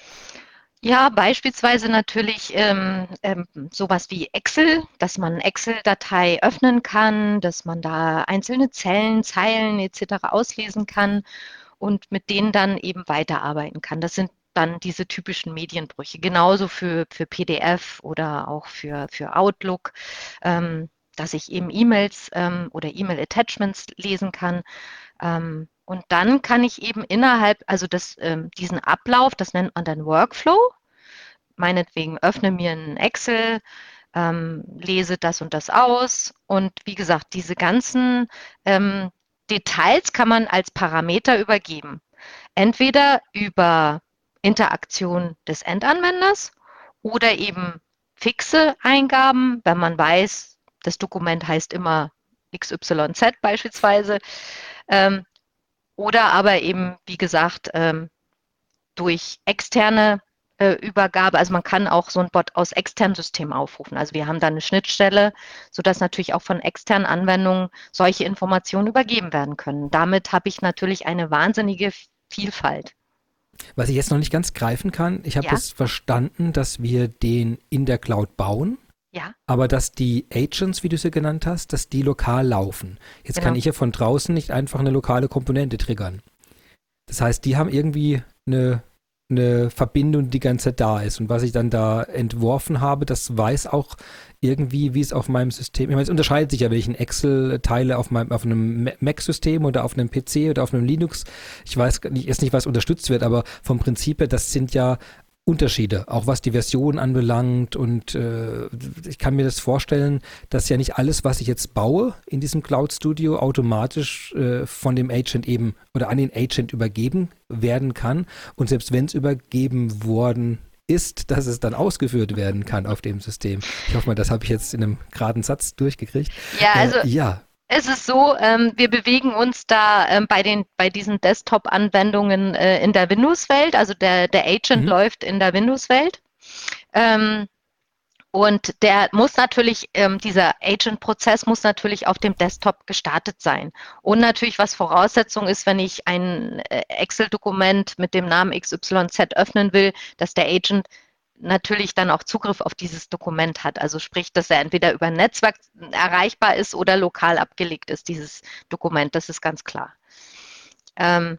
Ja, beispielsweise natürlich ähm, ähm, sowas wie Excel, dass man Excel-Datei öffnen kann, dass man da einzelne Zellen, Zeilen et cetera auslesen kann und mit denen dann eben weiterarbeiten kann. Das sind dann diese typischen Medienbrüche. Genauso für, für P D F oder auch für, für Outlook, ähm, dass ich eben E-Mails ähm, oder E-Mail-Attachments lesen kann. Ähm, und dann kann ich eben innerhalb, also das, ähm, diesen Ablauf, das nennt man dann Workflow, meinetwegen öffne mir ein Excel, ähm, lese das und das aus und wie gesagt, diese ganzen ähm, Details kann man als Parameter übergeben. Entweder über Interaktion des Endanwenders oder eben fixe Eingaben, wenn man weiß, das Dokument heißt immer X Y Z beispielsweise. Ähm, oder aber eben, wie gesagt, ähm, durch externe äh, Übergabe. Also man kann auch so ein Bot aus externen Systemen aufrufen. Also wir haben da eine Schnittstelle, sodass natürlich auch von externen Anwendungen solche Informationen übergeben werden können. Damit habe ich natürlich eine wahnsinnige Vielfalt. Was ich jetzt noch nicht ganz greifen kann, ich habe Ja. das verstanden, dass wir den in der Cloud bauen. Ja. Aber dass die Agents, wie du sie genannt hast, dass die lokal laufen. Jetzt Genau. kann ich ja von draußen nicht einfach eine lokale Komponente triggern. Das heißt, die haben irgendwie eine, eine Verbindung, die die ganze Zeit da ist. Und was ich dann da entworfen habe, das weiß auch irgendwie, wie es auf meinem System, ich meine, es unterscheidet sich ja, wenn ich ein Excel teile auf meinem, auf einem Mac-System oder auf einem P C oder auf einem Linux. Ich weiß nicht, jetzt nicht, was unterstützt wird, aber vom Prinzip her, das sind ja Unterschiede, auch was die Version anbelangt und äh, ich kann mir das vorstellen, dass ja nicht alles, was ich jetzt baue in diesem Cloud Studio automatisch äh, von dem Agent eben oder an den Agent übergeben werden kann und selbst wenn es übergeben worden ist, dass es dann ausgeführt werden kann auf dem System. Ich hoffe mal, das habe ich jetzt in einem geraden Satz durchgekriegt. Ja, also äh, ja. Es ist so, ähm, wir bewegen uns da ähm, bei, den, bei diesen Desktop-Anwendungen äh, in der Windows-Welt. Also der, der Agent Mhm. läuft in der Windows-Welt. Ähm, und der muss natürlich, ähm, dieser Agent-Prozess muss natürlich auf dem Desktop gestartet sein. Und natürlich, was Voraussetzung ist, wenn ich ein äh, Excel-Dokument mit dem Namen X Y Z öffnen will, dass der Agent natürlich dann auch Zugriff auf dieses Dokument hat. Also sprich, dass er entweder über ein Netzwerk erreichbar ist oder lokal abgelegt ist, dieses Dokument. Das ist ganz klar. Ähm,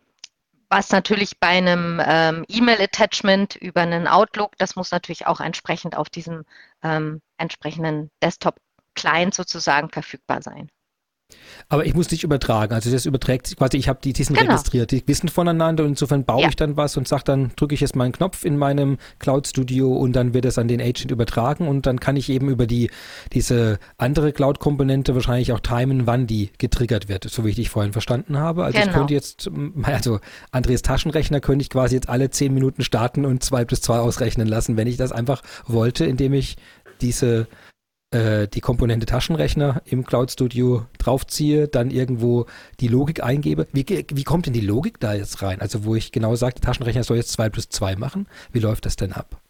was natürlich bei einem ähm, E-Mail-Attachment über einen Outlook, das muss natürlich auch entsprechend auf diesem ähm, entsprechenden Desktop-Client sozusagen verfügbar sein. Aber ich muss nicht übertragen. Also das überträgt sich quasi, ich habe die, die sind Genau. registriert, die wissen voneinander und insofern baue Ja. ich dann was und sage dann, drücke ich jetzt mal einen Knopf in meinem Cloud Studio und dann wird es an den Agent übertragen und dann kann ich eben über die diese andere Cloud-Komponente wahrscheinlich auch timen, wann die getriggert wird, so wie ich dich vorhin verstanden habe. Also Genau. ich könnte jetzt, also Andres Taschenrechner könnte ich quasi jetzt alle zehn Minuten starten und zwei plus zwei ausrechnen lassen, wenn ich das einfach wollte, indem ich diese die Komponente Taschenrechner im Cloud Studio draufziehe, dann irgendwo die Logik eingebe. Wie, wie kommt denn die Logik da jetzt rein? Also wo ich genau sage, der Taschenrechner soll jetzt zwei plus zwei machen. Wie läuft das denn ab?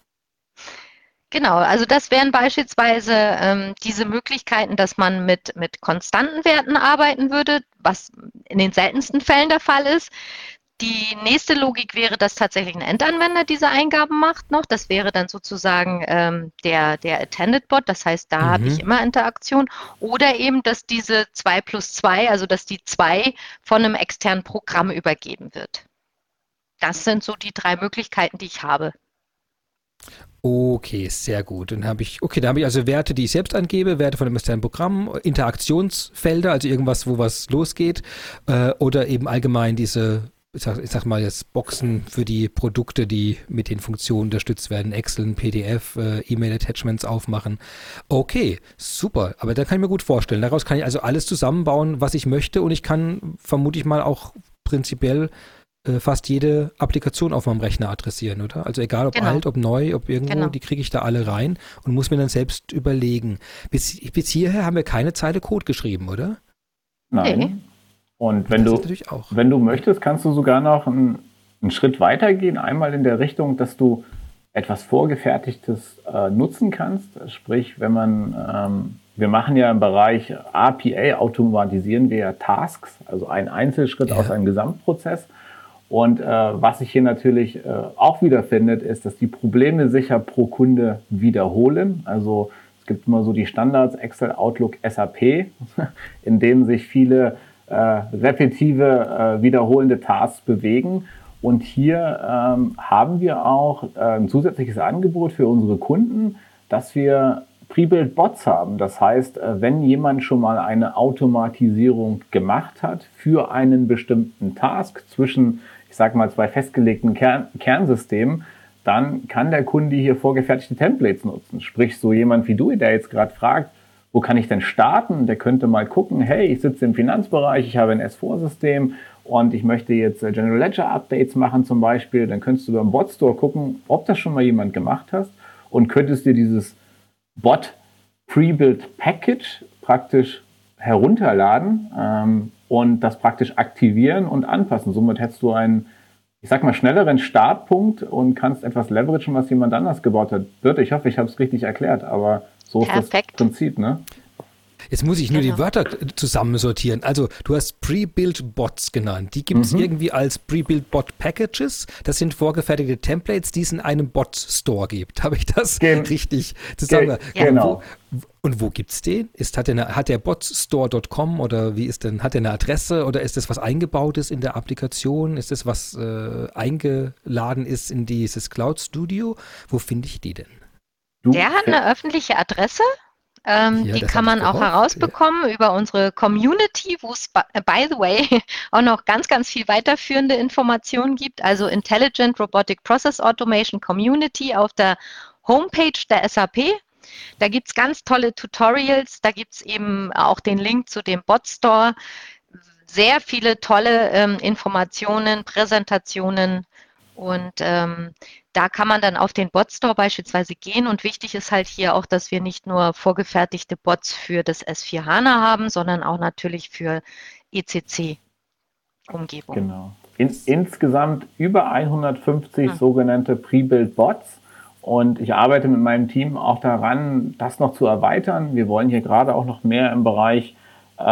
Genau, also das wären beispielsweise ähm, diese Möglichkeiten, dass man mit, mit konstanten Werten arbeiten würde, was in den seltensten Fällen der Fall ist. Die nächste Logik wäre, dass tatsächlich ein Endanwender diese Eingaben macht noch. Das wäre dann sozusagen ähm, der, der Attended Bot. Das heißt, da Mhm. habe ich immer Interaktion. Oder eben, dass diese zwei plus zwei, also dass die zwei von einem externen Programm übergeben wird. Das sind so die drei Möglichkeiten, die ich habe. Okay, sehr gut. Dann habe ich, okay, da habe ich also Werte, die ich selbst angebe, Werte von dem externen Programm, Interaktionsfelder, also irgendwas, wo was losgeht, äh, oder eben allgemein diese, ich sag, ich sag mal jetzt Boxen für die Produkte, die mit den Funktionen unterstützt werden, Excel, P D F, äh, E-Mail-Attachments aufmachen. Okay, super. Aber da kann ich mir gut vorstellen. Daraus kann ich also alles zusammenbauen, was ich möchte, und ich kann vermute ich mal auch prinzipiell fast jede Applikation auf meinem Rechner adressieren, oder? Also egal ob genau. alt, ob neu, ob irgendwo, genau. die kriege ich da alle rein und muss mir dann selbst überlegen. Bis, bis hierher haben wir keine Zeile Code geschrieben, oder? Nein. Nee. Und wenn das du, wenn du möchtest, kannst du sogar noch einen, einen Schritt weiter gehen, einmal in der Richtung, dass du etwas Vorgefertigtes äh, nutzen kannst. Sprich, wenn man, ähm, wir machen ja im Bereich R P A, automatisieren wir ja Tasks, also einen Einzelschritt ja. aus einem Gesamtprozess. Und äh, was sich hier natürlich äh, auch wiederfindet, ist, dass die Probleme sich ja pro Kunde wiederholen. Also es gibt immer so die Standards Excel, Outlook, S A P, in denen sich viele äh, repetitive, äh, wiederholende Tasks bewegen. Und hier ähm, haben wir auch äh, ein zusätzliches Angebot für unsere Kunden, dass wir Pre-Built Bots haben. Das heißt, äh, wenn jemand schon mal eine Automatisierung gemacht hat für einen bestimmten Task zwischen, ich sage mal, zwei festgelegten Kern- Kernsystemen, dann kann der Kunde hier vorgefertigte Templates nutzen. Sprich, so jemand wie du, der jetzt gerade fragt, wo kann ich denn starten? Der könnte mal gucken, hey, ich sitze im Finanzbereich, ich habe ein S vier System und ich möchte jetzt General Ledger Updates machen zum Beispiel. Dann könntest du beim Bot Store gucken, ob das schon mal jemand gemacht hast, und könntest dir dieses Bot Pre-Built Package praktisch herunterladen ähm, und das praktisch aktivieren und anpassen. Somit hättest du einen, ich sag mal, schnelleren Startpunkt und kannst etwas leveragen, was jemand anders gebaut hat. Birte, ich hoffe, ich habe es richtig erklärt, aber so ist Perfekt. Das Prinzip, ne? Jetzt muss ich nur genau. die Wörter zusammensortieren. Also du hast Pre-Built Bots genannt. Die gibt es mhm. irgendwie als Pre-Built Bot Packages. Das sind vorgefertigte Templates, die es in einem Bot Store gibt. Habe ich das Gen- richtig zusammen? Ge- genau. Wo, und wo gibt es den? Ist, hat, der eine, hat der botstore Punkt com oder wie ist denn, hat der eine Adresse oder ist das was eingebautes in der Applikation? Ist das was äh, eingeladen ist in dieses Cloud Studio? Wo finde ich die denn? Du, der hat eine öffentliche Adresse. Ähm, ja, die kann man auch herausbekommen ja. über unsere Community, wo es, by the way, auch noch ganz, ganz viel weiterführende Informationen gibt. Also Intelligent Robotic Process Automation Community auf der Homepage der S A P. Da gibt es ganz tolle Tutorials. Da gibt es eben auch den Link zu dem Bot Store. Sehr viele tolle ähm, Informationen, Präsentationen. Und ähm, da kann man dann auf den Bot Store beispielsweise gehen. Und wichtig ist halt hier auch, dass wir nicht nur vorgefertigte Bots für das S vier HANA haben, sondern auch natürlich für E C C-Umgebung. Genau. In, insgesamt über hundertfünfzig hm. sogenannte Pre-Built Bots. Und ich arbeite mit meinem Team auch daran, das noch zu erweitern. Wir wollen hier gerade auch noch mehr im Bereich äh,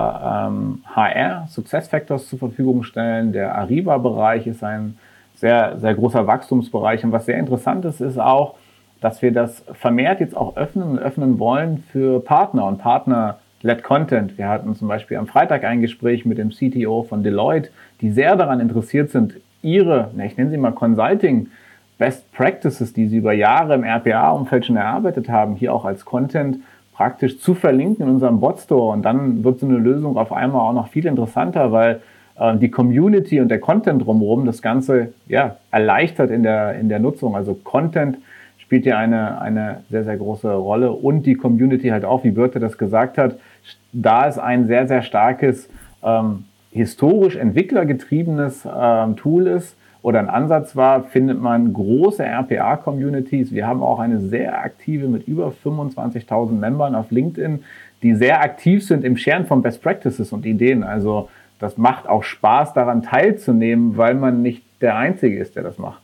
ähm, H R, Success Factors zur Verfügung stellen. Der Ariba-Bereich ist ein sehr, sehr großer Wachstumsbereich. Und was sehr interessant ist, ist auch, dass wir das vermehrt jetzt auch öffnen und öffnen wollen für Partner und Partner-led Content. Wir hatten zum Beispiel am Freitag ein Gespräch mit dem C T O von Deloitte, die sehr daran interessiert sind, ihre, ich nenne sie mal Consulting Best Practices, die sie über Jahre im R P A-Umfeld schon erarbeitet haben, hier auch als Content praktisch zu verlinken in unserem Bot Store. Und dann wird so eine Lösung auf einmal auch noch viel interessanter, weil die Community und der Content drumherum das Ganze ja, erleichtert in der, in der Nutzung. Also Content spielt hier eine, eine sehr, sehr große Rolle und die Community halt auch, wie Birte das gesagt hat, da es ein sehr, sehr starkes, ähm, historisch entwicklergetriebenes ähm, Tool ist oder ein Ansatz war, findet man große R P A-Communities. Wir haben auch eine sehr aktive mit über fünfundzwanzigtausend Membern auf LinkedIn, die sehr aktiv sind im Sharen von Best Practices und Ideen. Also das macht auch Spaß, daran teilzunehmen, weil man nicht der Einzige ist, der das macht.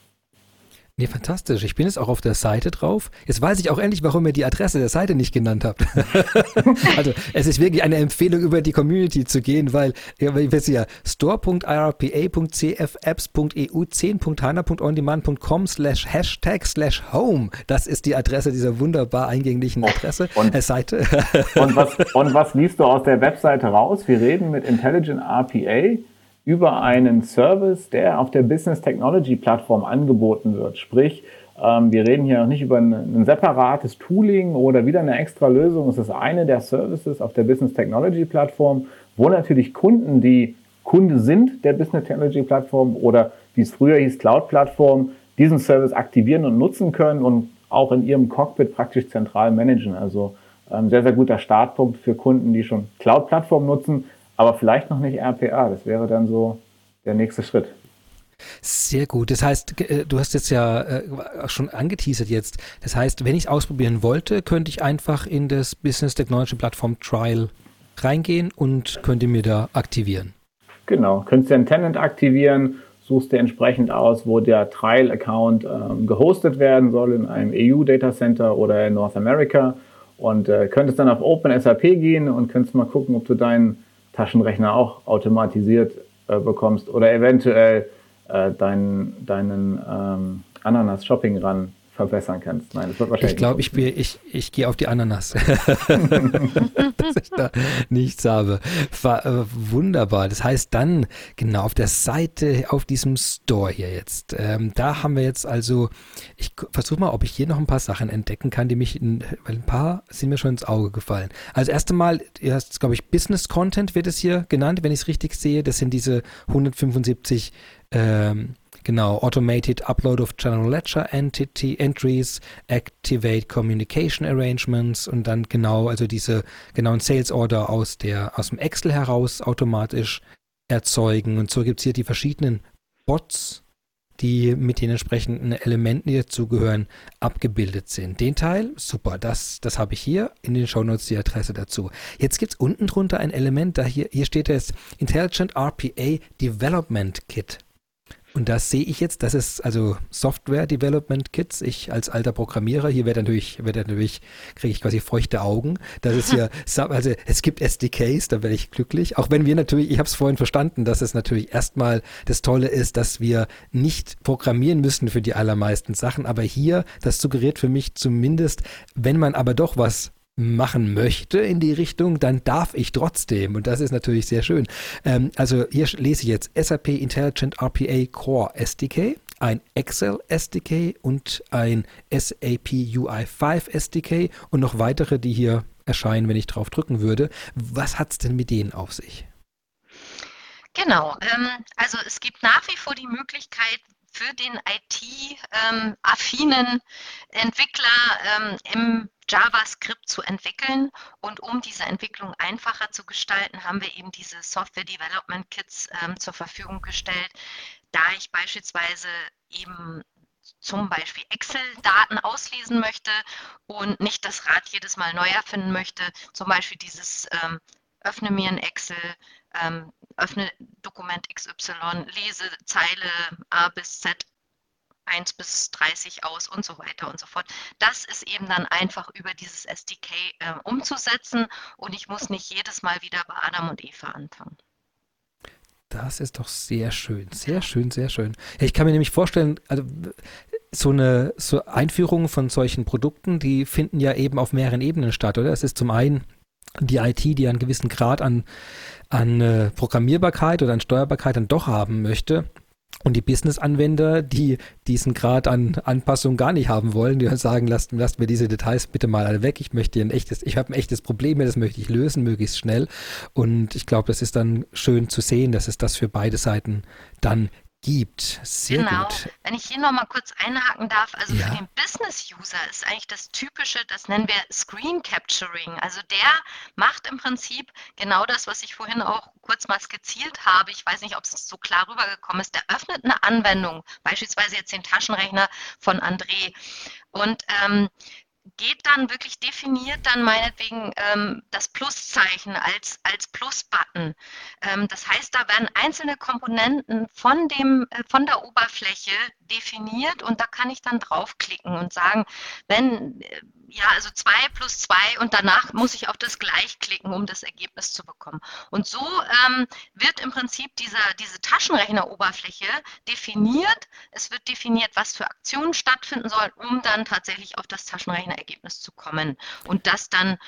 Nee, fantastisch. Ich bin jetzt auch auf der Seite drauf. Jetzt weiß ich auch endlich, warum ihr die Adresse der Seite nicht genannt habt. Also es ist wirklich eine Empfehlung, über die Community zu gehen, weil ich weiß ja, store punkt i r p a punkt c f apps punkt e u zehn punkt hana punkt on demand punkt com slash hashtag slash home. Das ist die Adresse dieser wunderbar eingänglichen Adresse und, äh, Seite. Und was, und was liest du aus der Webseite raus? Wir reden mit Intelligent R P A über einen Service, der auf der Business Technology Plattform angeboten wird. Sprich, Ähm, wir reden hier noch nicht über ein, ein separates Tooling oder wieder eine extra Lösung. Es ist eine der Services auf der Business Technology Plattform, wo natürlich Kunden, die Kunde sind der Business Technology Plattform oder wie es früher hieß, Cloud-Plattform, diesen Service aktivieren und nutzen können und auch in ihrem Cockpit praktisch zentral managen. Also ein sehr, sehr guter Startpunkt für Kunden, die schon Cloud-Plattform nutzen, aber vielleicht noch nicht R P A. Das wäre dann so der nächste Schritt. Sehr gut. Das heißt, du hast jetzt ja schon angeteasert jetzt. Das heißt, wenn ich es ausprobieren wollte, könnte ich einfach in das Business Technology Plattform Trial reingehen und könnte mir da aktivieren. Genau. Könntest du einen Tenant aktivieren, suchst dir entsprechend aus, wo der Trial-Account ähm, gehostet werden soll, in einem E U-Datacenter oder in North America. Und äh, könntest dann auf OpenSAP gehen und könntest mal gucken, ob du deinen Taschenrechner auch automatisiert äh, bekommst oder eventuell äh, deinen, deinen ähm, Ananas-Shopping-Run verbessern kannst. Nein, das wird wahrscheinlich. Ich glaube, ich, ich, ich gehe auf die Ananas, dass ich da nichts habe. War, äh, wunderbar. Das heißt dann, genau, auf der Seite, auf diesem Store hier jetzt, ähm, da haben wir jetzt also, ich versuche mal, ob ich hier noch ein paar Sachen entdecken kann, die mich, in, weil ein paar sind mir schon ins Auge gefallen. Also erst einmal, ihr hast, glaube ich, Business Content wird es hier genannt, wenn ich es richtig sehe. Das sind diese hundertfünfundsiebzig ähm, Genau, Automated Upload of General Ledger Entity Entries, Activate Communication Arrangements und dann genau, also diese genauen Sales Order aus der aus dem Excel heraus automatisch erzeugen. Und so gibt es hier die verschiedenen Bots, die mit den entsprechenden Elementen, die dazugehören, abgebildet sind. Den Teil, super, das, das habe ich hier, in den Shownotes die Adresse dazu. Jetzt gibt es unten drunter ein Element, da hier, hier steht jetzt Intelligent R P A Development Kit. Und da sehe ich jetzt, das ist also Software Development Kits. Ich als alter Programmierer, hier wird natürlich, wird natürlich, kriege ich quasi feuchte Augen. Das ist hier, also es gibt S D Ks, da werde ich glücklich. Auch wenn wir natürlich, ich habe es vorhin verstanden, dass es natürlich erstmal das Tolle ist, dass wir nicht programmieren müssen für die allermeisten Sachen. Aber hier, das suggeriert für mich zumindest, wenn man aber doch was machen möchte in die Richtung, dann darf ich trotzdem. Und das ist natürlich sehr schön. Ähm, also hier lese ich jetzt S A P Intelligent R P A Core S D K, ein Excel S D K und ein S A P U I fünf S D K und noch weitere, die hier erscheinen, wenn ich drauf drücken würde. Was hat es denn mit denen auf sich? Genau, ähm, also es gibt nach wie vor die Möglichkeit, für den I T-affinen Entwickler ähm, im JavaScript zu entwickeln. Und um diese Entwicklung einfacher zu gestalten, haben wir eben diese Software Development Kits ähm, zur Verfügung gestellt. Da ich beispielsweise eben zum Beispiel Excel-Daten auslesen möchte und nicht das Rad jedes Mal neu erfinden möchte, zum Beispiel dieses ähm, öffne mir ein Excel, ähm, öffne Dokument X Y, lese Zeile A bis Z eins bis dreißig aus und so weiter und so fort. Das ist eben dann einfach über dieses S D K äh, umzusetzen und ich muss nicht jedes Mal wieder bei Adam und Eva anfangen. Das ist doch sehr schön, sehr schön, sehr schön. Ja, ich kann mir nämlich vorstellen, also so eine so Einführung von solchen Produkten, die finden ja eben auf mehreren Ebenen statt, oder? Es ist zum einen die I T, die einen gewissen Grad an, an äh, Programmierbarkeit oder an Steuerbarkeit dann doch haben möchte. Und die Business-Anwender, die diesen Grad an Anpassung gar nicht haben wollen, die sagen, lasst, lasst mir diese Details bitte mal alle weg. Ich möchte ein echtes, ich habe ein echtes Problem, das möchte ich lösen, möglichst schnell. Und ich glaube, das ist dann schön zu sehen, dass es das für beide Seiten dann gibt. Sehr genau. gut. Wenn ich hier nochmal kurz einhaken darf, also ja. für den Business-User ist eigentlich das Typische, das nennen wir Screen Capturing. Also der macht im Prinzip genau das, was ich vorhin auch kurz mal skizziert habe. Ich weiß nicht, ob es so klar rübergekommen ist. Der öffnet eine Anwendung, beispielsweise jetzt den Taschenrechner von André und ähm, geht dann wirklich definiert dann meinetwegen ähm, das Pluszeichen als, als Plus-Button. Ähm, das heißt, da werden einzelne Komponenten von, dem, äh, von der Oberfläche definiert und da kann ich dann draufklicken und sagen, wenn, äh, ja, also zwei plus zwei und danach muss ich auf das gleich klicken, um das Ergebnis zu bekommen. Und so ähm, wird im Prinzip dieser, diese Taschenrechneroberfläche definiert. Es wird definiert, was für Aktionen stattfinden sollen, um dann tatsächlich auf das Taschenrechnerergebnis zu kommen. Und das dann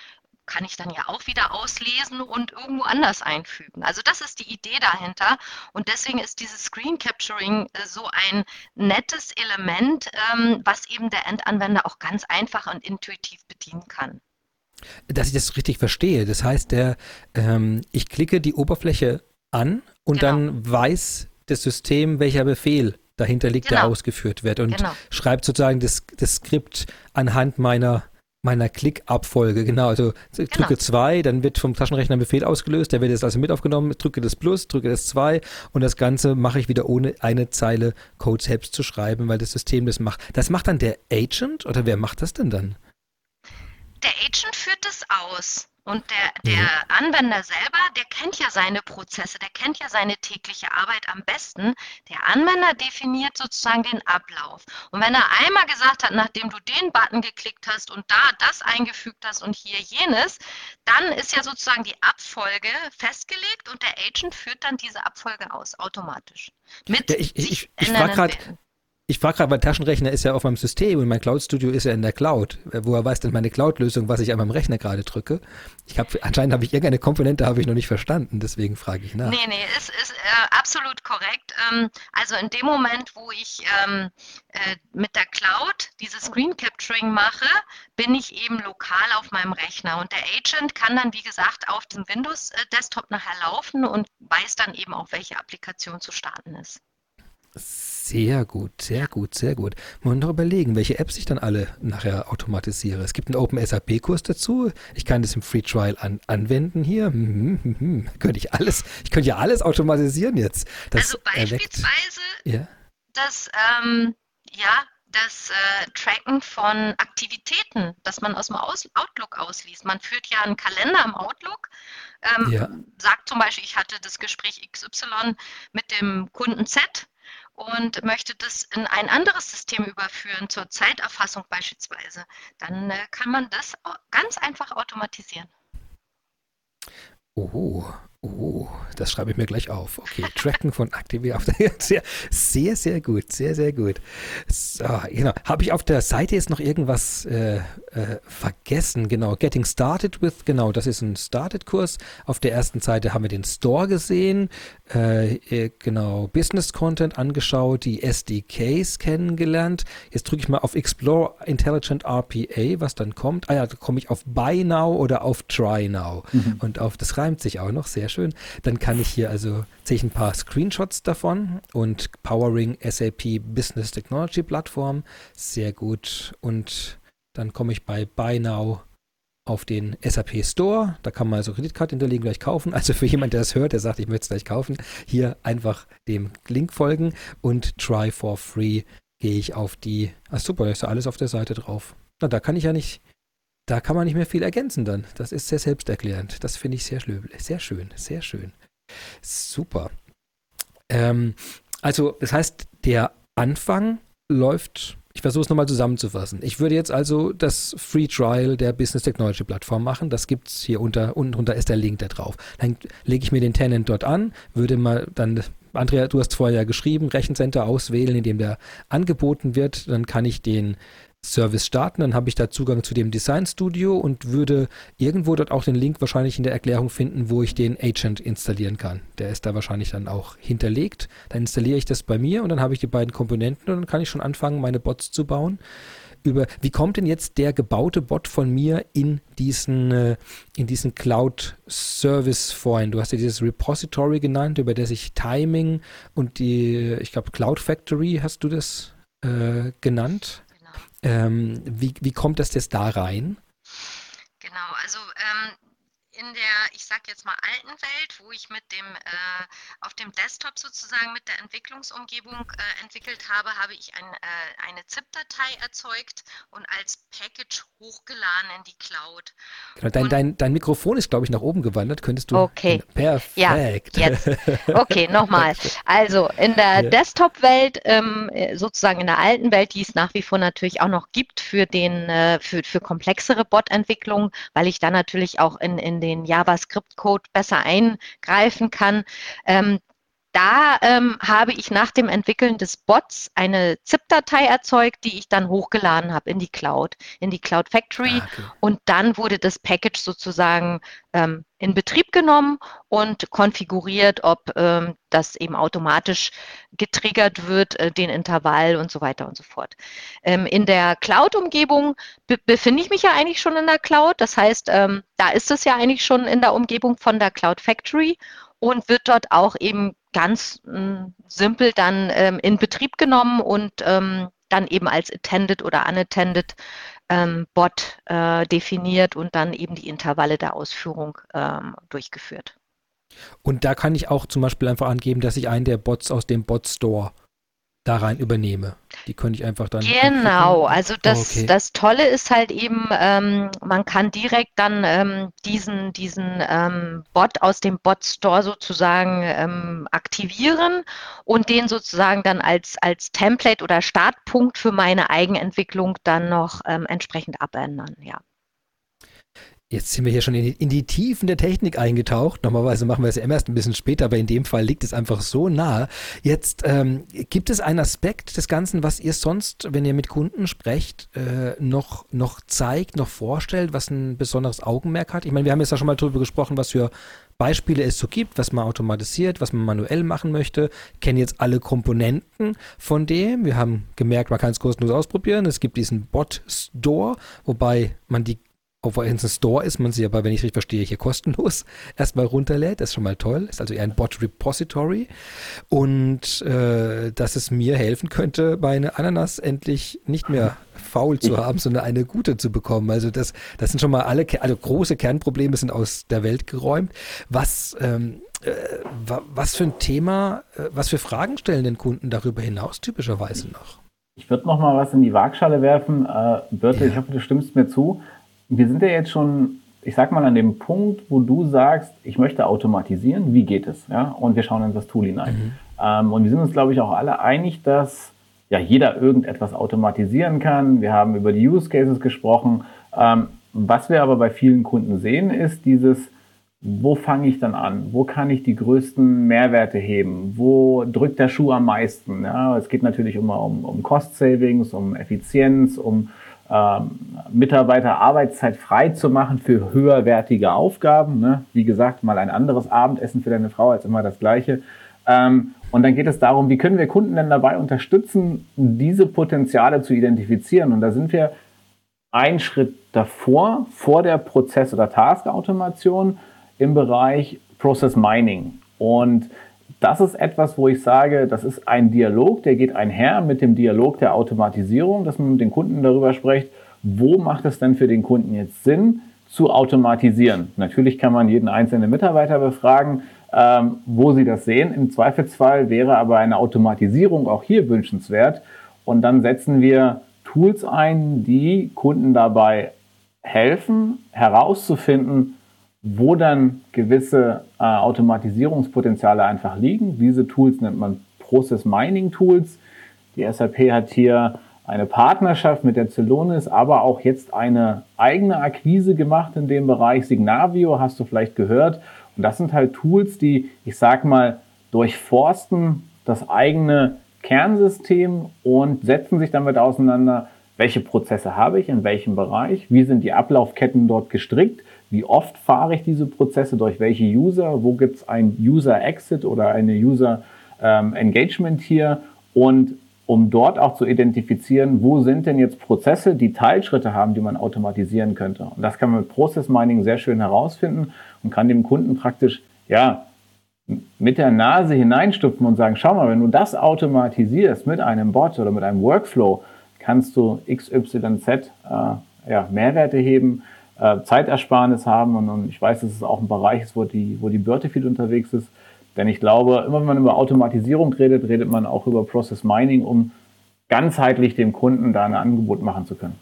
kann ich dann ja auch wieder auslesen und irgendwo anders einfügen. Also das ist die Idee dahinter und deswegen ist dieses Screen Capturing äh, so ein nettes Element, ähm, was eben der Endanwender auch ganz einfach und intuitiv bedienen kann. Dass ich das richtig verstehe. Das heißt, der, ähm, ich klicke die Oberfläche an und Genau. dann weiß das System, welcher Befehl dahinter liegt, der Genau. ausgeführt wird und Genau. schreibt sozusagen das, das Skript anhand meiner, meiner Klickabfolge. Genau, also ich drücke zwei, dann wird vom Taschenrechner ein Befehl ausgelöst, der wird jetzt also mit aufgenommen, drücke das Plus, drücke das zwei und das Ganze mache ich wieder ohne eine Zeile Code selbst zu schreiben, weil das System das macht. Das macht dann der Agent oder wer macht das denn dann? Der Agent führt es aus und der, der Mhm. Anwender selber, der kennt ja seine Prozesse, der kennt ja seine tägliche Arbeit am besten. Der Anwender definiert sozusagen den Ablauf. Und wenn er einmal gesagt hat, nachdem du den Button geklickt hast und da das eingefügt hast und hier jenes, dann ist ja sozusagen die Abfolge festgelegt und der Agent führt dann diese Abfolge aus, automatisch. Mit Ja, ich ich, sich ich, ich frage ändernden gerade, Werten. Ich frage gerade, mein Taschenrechner ist ja auf meinem System und mein Cloud-Studio ist ja in der Cloud. Äh, Woher weiß denn meine Cloud-Lösung, was ich an meinem Rechner gerade drücke? Ich habe anscheinend habe ich irgendeine Komponente habe ich noch nicht verstanden, deswegen frage ich nach. Nee, nee, ist, ist äh, absolut korrekt. Ähm, also in dem Moment, wo ich ähm, äh, mit der Cloud dieses Screen Capturing mache, bin ich eben lokal auf meinem Rechner. Und der Agent kann dann, wie gesagt, auf dem Windows-Desktop nachher laufen und weiß dann eben auch, welche Applikation zu starten ist. Sehr gut, sehr gut, sehr gut. Muss noch überlegen, welche Apps ich dann alle nachher automatisiere. Es gibt einen Open-S A P-Kurs dazu. Ich kann das im Free Trial an, anwenden hier. Hm, hm, hm. Könnte ich alles, ich könnte ja alles automatisieren jetzt. Das Also erweckt, beispielsweise ja. das, ähm, ja, das äh, Tracken von Aktivitäten, das man aus dem aus Outlook ausliest. Man führt ja einen Kalender im Outlook, ähm, Ja. sagt zum Beispiel, ich hatte das Gespräch X Y mit dem Kunden Z und möchte das in ein anderes System überführen, zur Zeiterfassung beispielsweise. Dann äh, kann man das au- ganz einfach automatisieren. Oh, oh, das schreibe ich mir gleich auf. Okay, Tracken von Aktivierung. auf der- Sehr, sehr, sehr gut, sehr, sehr gut. So, genau. Habe ich auf der Seite jetzt noch irgendwas äh, äh, vergessen? Genau, Getting Started with, genau, das ist ein Started-Kurs. Auf der ersten Seite haben wir den Store gesehen, äh, äh, genau, Business Content angeschaut, die S D Ks kennengelernt. Jetzt drücke ich mal auf Explore Intelligent R P A, was dann kommt. Ah ja, da komme ich auf Buy Now oder auf Try Now. Mhm. Und auf das reimt sich auch noch, sehr schön. Dann kann ich hier also, sehe ich ein paar Screenshots davon und Powering S A P Business Technology Plattform, sehr gut. Und dann komme ich bei Buy Now auf den S A P Store, da kann man also Kreditkarte hinterlegen, gleich kaufen. Also für jemand, der das hört, der sagt, ich möchte es gleich kaufen, hier einfach dem Link folgen und Try for Free gehe ich auf die, ach super, da ist ja alles auf der Seite drauf. Na, da kann ich ja nicht, da kann man nicht mehr viel ergänzen dann. Das ist sehr selbsterklärend. Das finde ich sehr, schlö- sehr schön, sehr schön. Super. Ähm, also, das heißt, der Anfang läuft, ich versuche es nochmal zusammenzufassen. Ich würde jetzt also das Free Trial der Business Technology Plattform machen. Das gibt es hier unter, unten drunter ist der Link da drauf. Dann lege ich mir den Tenant dort an, würde mal dann, Andrea, du hast vorher ja geschrieben, Rechencenter auswählen, in dem der angeboten wird. Dann kann ich den Service starten, dann habe ich da Zugang zu dem Design Studio und würde irgendwo dort auch den Link wahrscheinlich in der Erklärung finden, wo ich den Agent installieren kann. Der ist da wahrscheinlich dann auch hinterlegt. Dann installiere ich das bei mir und dann habe ich die beiden Komponenten und dann kann ich schon anfangen, meine Bots zu bauen. Über, wie kommt denn jetzt der gebaute Bot von mir in diesen, äh, in diesen Cloud-Service vorhin? Du hast ja dieses Repository genannt, über das ich Timing und die, ich glaube Cloud Factory hast du das äh, genannt. Genau. Ähm, wie, wie kommt das jetzt da rein? Genau, also ähm, in der, ich sag jetzt mal alten Welt, wo ich mit dem äh, auf dem Desktop sozusagen mit der Entwicklungsumgebung äh, entwickelt habe, habe ich ein, äh, eine ZIP-Datei erzeugt und als Package hochgeladen in die Cloud. Genau, dein, Und dein, dein Mikrofon ist, glaube ich, nach oben gewandert. Könntest du. okay, ja, Perfekt. jetzt. Okay, nochmal. Also in der Ja. Desktop-Welt, ähm, äh, sozusagen in der alten Welt, die es nach wie vor natürlich auch noch gibt für den, äh, für, für komplexere Bot-Entwicklung, weil ich da natürlich auch in, in den JavaScript-Code besser eingreifen kann. Ähm, da ähm, habe ich nach dem Entwickeln des Bots eine ZIP-Datei erzeugt, die ich dann hochgeladen habe in die Cloud, in die Cloud Factory. Ah, okay. Und dann wurde das Package sozusagen ähm, in Betrieb genommen und konfiguriert, ob ähm, das eben automatisch getriggert wird, äh, den Intervall und so weiter und so fort. Ähm, in der Cloud-Umgebung be befinde ich mich ja eigentlich schon in der Cloud. Das heißt, ähm, da ist es ja eigentlich schon in der Umgebung von der Cloud Factory und wird dort auch eben ganz mh, simpel dann ähm, in Betrieb genommen und ähm, dann eben als attended oder unattended ähm, Bot äh, definiert und dann eben die Intervalle der Ausführung ähm, durchgeführt. Und da kann ich auch zum Beispiel einfach angeben, dass ich einen der Bots aus dem Bot-Store da rein übernehme. Die könnte ich einfach dann Genau, anklicken. also das, Oh, okay. das Tolle ist halt eben, ähm, man kann direkt dann ähm, diesen, diesen ähm, Bot aus dem Bot-Store sozusagen ähm, aktivieren und den sozusagen dann als, als Template oder Startpunkt für meine Eigenentwicklung dann noch ähm, entsprechend abändern, ja. Jetzt sind wir hier schon in die, in die Tiefen der Technik eingetaucht. Normalerweise machen wir es ja immer erst ein bisschen später, aber in dem Fall liegt es einfach so nahe. Jetzt ähm, gibt es einen Aspekt des Ganzen, was ihr sonst, wenn ihr mit Kunden sprecht, äh, noch, noch zeigt, noch vorstellt, was ein besonderes Augenmerk hat? Ich meine, wir haben jetzt ja schon mal darüber gesprochen, was für Beispiele es so gibt, was man automatisiert, was man manuell machen möchte. Ich kenne jetzt alle Komponenten von dem. Wir haben gemerkt, man kann es kostenlos ausprobieren. Es gibt diesen Bot-Store, wobei man die obwohl es ein Store ist, man sie aber, wenn ich richtig verstehe, hier kostenlos erstmal runterlädt. Das ist schon mal toll. Ist also eher ein Bot-Repository. Und äh, dass es mir helfen könnte, meine Ananas endlich nicht mehr faul zu haben, sondern eine gute zu bekommen. Also das, das sind schon mal alle, also große Kernprobleme sind aus der Welt geräumt. Was, ähm, äh, was für ein Thema, äh, was für Fragen stellen denn Kunden darüber hinaus typischerweise noch? Ich würde noch mal was in die Waagschale werfen. Äh, Birte, ja. Ich hoffe, du stimmst mir zu. Wir sind ja jetzt schon, ich sag mal, an dem Punkt, wo du sagst, ich möchte automatisieren, wie geht es? Ja? Und wir schauen in das Tool hinein. Mhm. Ähm, und wir sind uns, glaube ich, auch alle einig, dass ja jeder irgendetwas automatisieren kann. Wir haben über die Use Cases gesprochen. Ähm, was wir aber bei vielen Kunden sehen, ist dieses, wo fange ich dann an? Wo kann ich die größten Mehrwerte heben? Wo drückt der Schuh am meisten? Ja? Es geht natürlich immer um, um Cost Savings, um Effizienz, um Ähm, Mitarbeiter Arbeitszeit frei zu machen für höherwertige Aufgaben. Ne? Wie gesagt, mal ein anderes Abendessen für deine Frau als immer das gleiche. Ähm, und dann geht es darum, wie können wir Kunden denn dabei unterstützen, diese Potenziale zu identifizieren. Und da sind wir einen Schritt davor, vor der Prozess- oder Task-Automation im Bereich Process Mining. Und das ist etwas, wo ich sage, das ist ein Dialog, der geht einher mit dem Dialog der Automatisierung, dass man mit den Kunden darüber spricht, wo macht es denn für den Kunden jetzt Sinn, zu automatisieren. Natürlich kann man jeden einzelnen Mitarbeiter befragen, ähm, wo sie das sehen. Im Zweifelsfall wäre aber eine Automatisierung auch hier wünschenswert. Und dann setzen wir Tools ein, die Kunden dabei helfen, herauszufinden, wo dann gewisse äh, Automatisierungspotenziale einfach liegen. Diese Tools nennt man Process Mining Tools. Die S A P hat hier eine Partnerschaft mit der Celonis, aber auch jetzt eine eigene Akquise gemacht in dem Bereich. Signavio hast du vielleicht gehört. Und das sind halt Tools, die, ich sag mal, durchforsten das eigene Kernsystem und setzen sich damit auseinander, welche Prozesse habe ich, in welchem Bereich, wie sind die Ablaufketten dort gestrickt, wie oft fahre ich diese Prozesse, durch welche User, wo gibt es ein User-Exit oder eine User-Engagement hier, und um dort auch zu identifizieren, wo sind denn jetzt Prozesse, die Teilschritte haben, die man automatisieren könnte. Und das kann man mit Process Mining sehr schön herausfinden und kann dem Kunden praktisch ja mit der Nase hineinstupfen und sagen, schau mal, wenn du das automatisierst mit einem Bot oder mit einem Workflow, kannst du X Y Z äh, ja, Mehrwerte heben, äh, Zeitersparnis haben. Und, und ich weiß, dass es auch ein Bereich ist, wo die, wo die Birte viel unterwegs ist. Denn ich glaube, immer wenn man über Automatisierung redet, redet man auch über Process Mining, um ganzheitlich dem Kunden da ein Angebot machen zu können.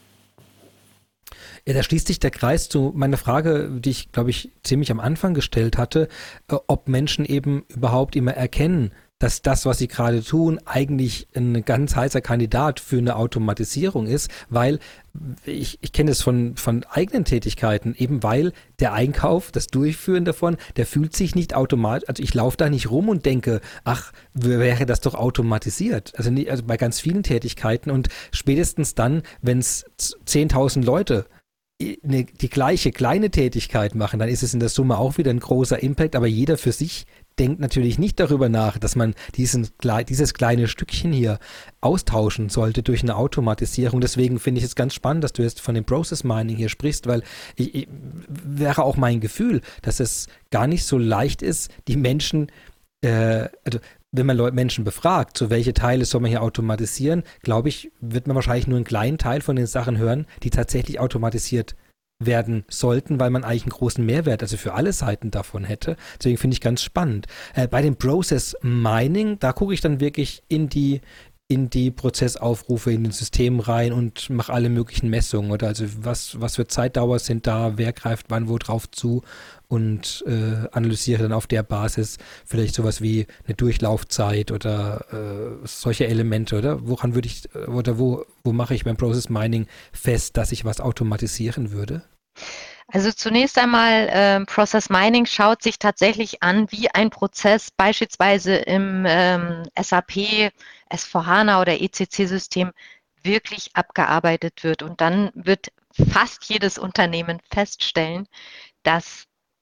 Ja, da schließt sich der Kreis zu meiner Frage, die ich, glaube ich, ziemlich am Anfang gestellt hatte, ob Menschen eben überhaupt immer erkennen, dass das, was sie gerade tun, eigentlich ein ganz heißer Kandidat für eine Automatisierung ist, weil ich, ich kenne es von, von eigenen Tätigkeiten, eben weil der Einkauf, das Durchführen davon, der fühlt sich nicht automatisch, also ich laufe da nicht rum und denke, ach, wäre das doch automatisiert. Also, nie, also bei ganz vielen Tätigkeiten und spätestens dann, wenn es zehntausend Leute eine, die gleiche kleine Tätigkeit machen, dann ist es in der Summe auch wieder ein großer Impact, aber jeder für sich denkt natürlich nicht darüber nach, dass man diesen, dieses kleine Stückchen hier austauschen sollte durch eine Automatisierung. Deswegen finde ich es ganz spannend, dass du jetzt von dem Process Mining hier sprichst, weil ich, ich, wäre auch mein Gefühl, dass es gar nicht so leicht ist, die Menschen, äh, also wenn man Leute, Menschen befragt, so welche Teile soll man hier automatisieren, glaube ich, wird man wahrscheinlich nur einen kleinen Teil von den Sachen hören, die tatsächlich automatisiert werden sollten, weil man eigentlich einen großen Mehrwert, also für alle Seiten davon hätte. Deswegen finde ich ganz spannend. Äh, bei dem Process Mining, da gucke ich dann wirklich in die in die Prozessaufrufe in den System rein und mache alle möglichen Messungen, oder also was, was für Zeitdauer sind da, wer greift wann wo drauf zu und äh, analysiere dann auf der Basis vielleicht sowas wie eine Durchlaufzeit oder äh, solche Elemente, oder? Woran würde ich, oder wo, wo mache ich beim Process Mining fest, dass ich was automatisieren würde? Also zunächst einmal, äh, Process Mining schaut sich tatsächlich an, wie ein Prozess beispielsweise im ähm, S A P, S vier HANA oder E C C-System wirklich abgearbeitet wird. Und dann wird fast jedes Unternehmen feststellen, dass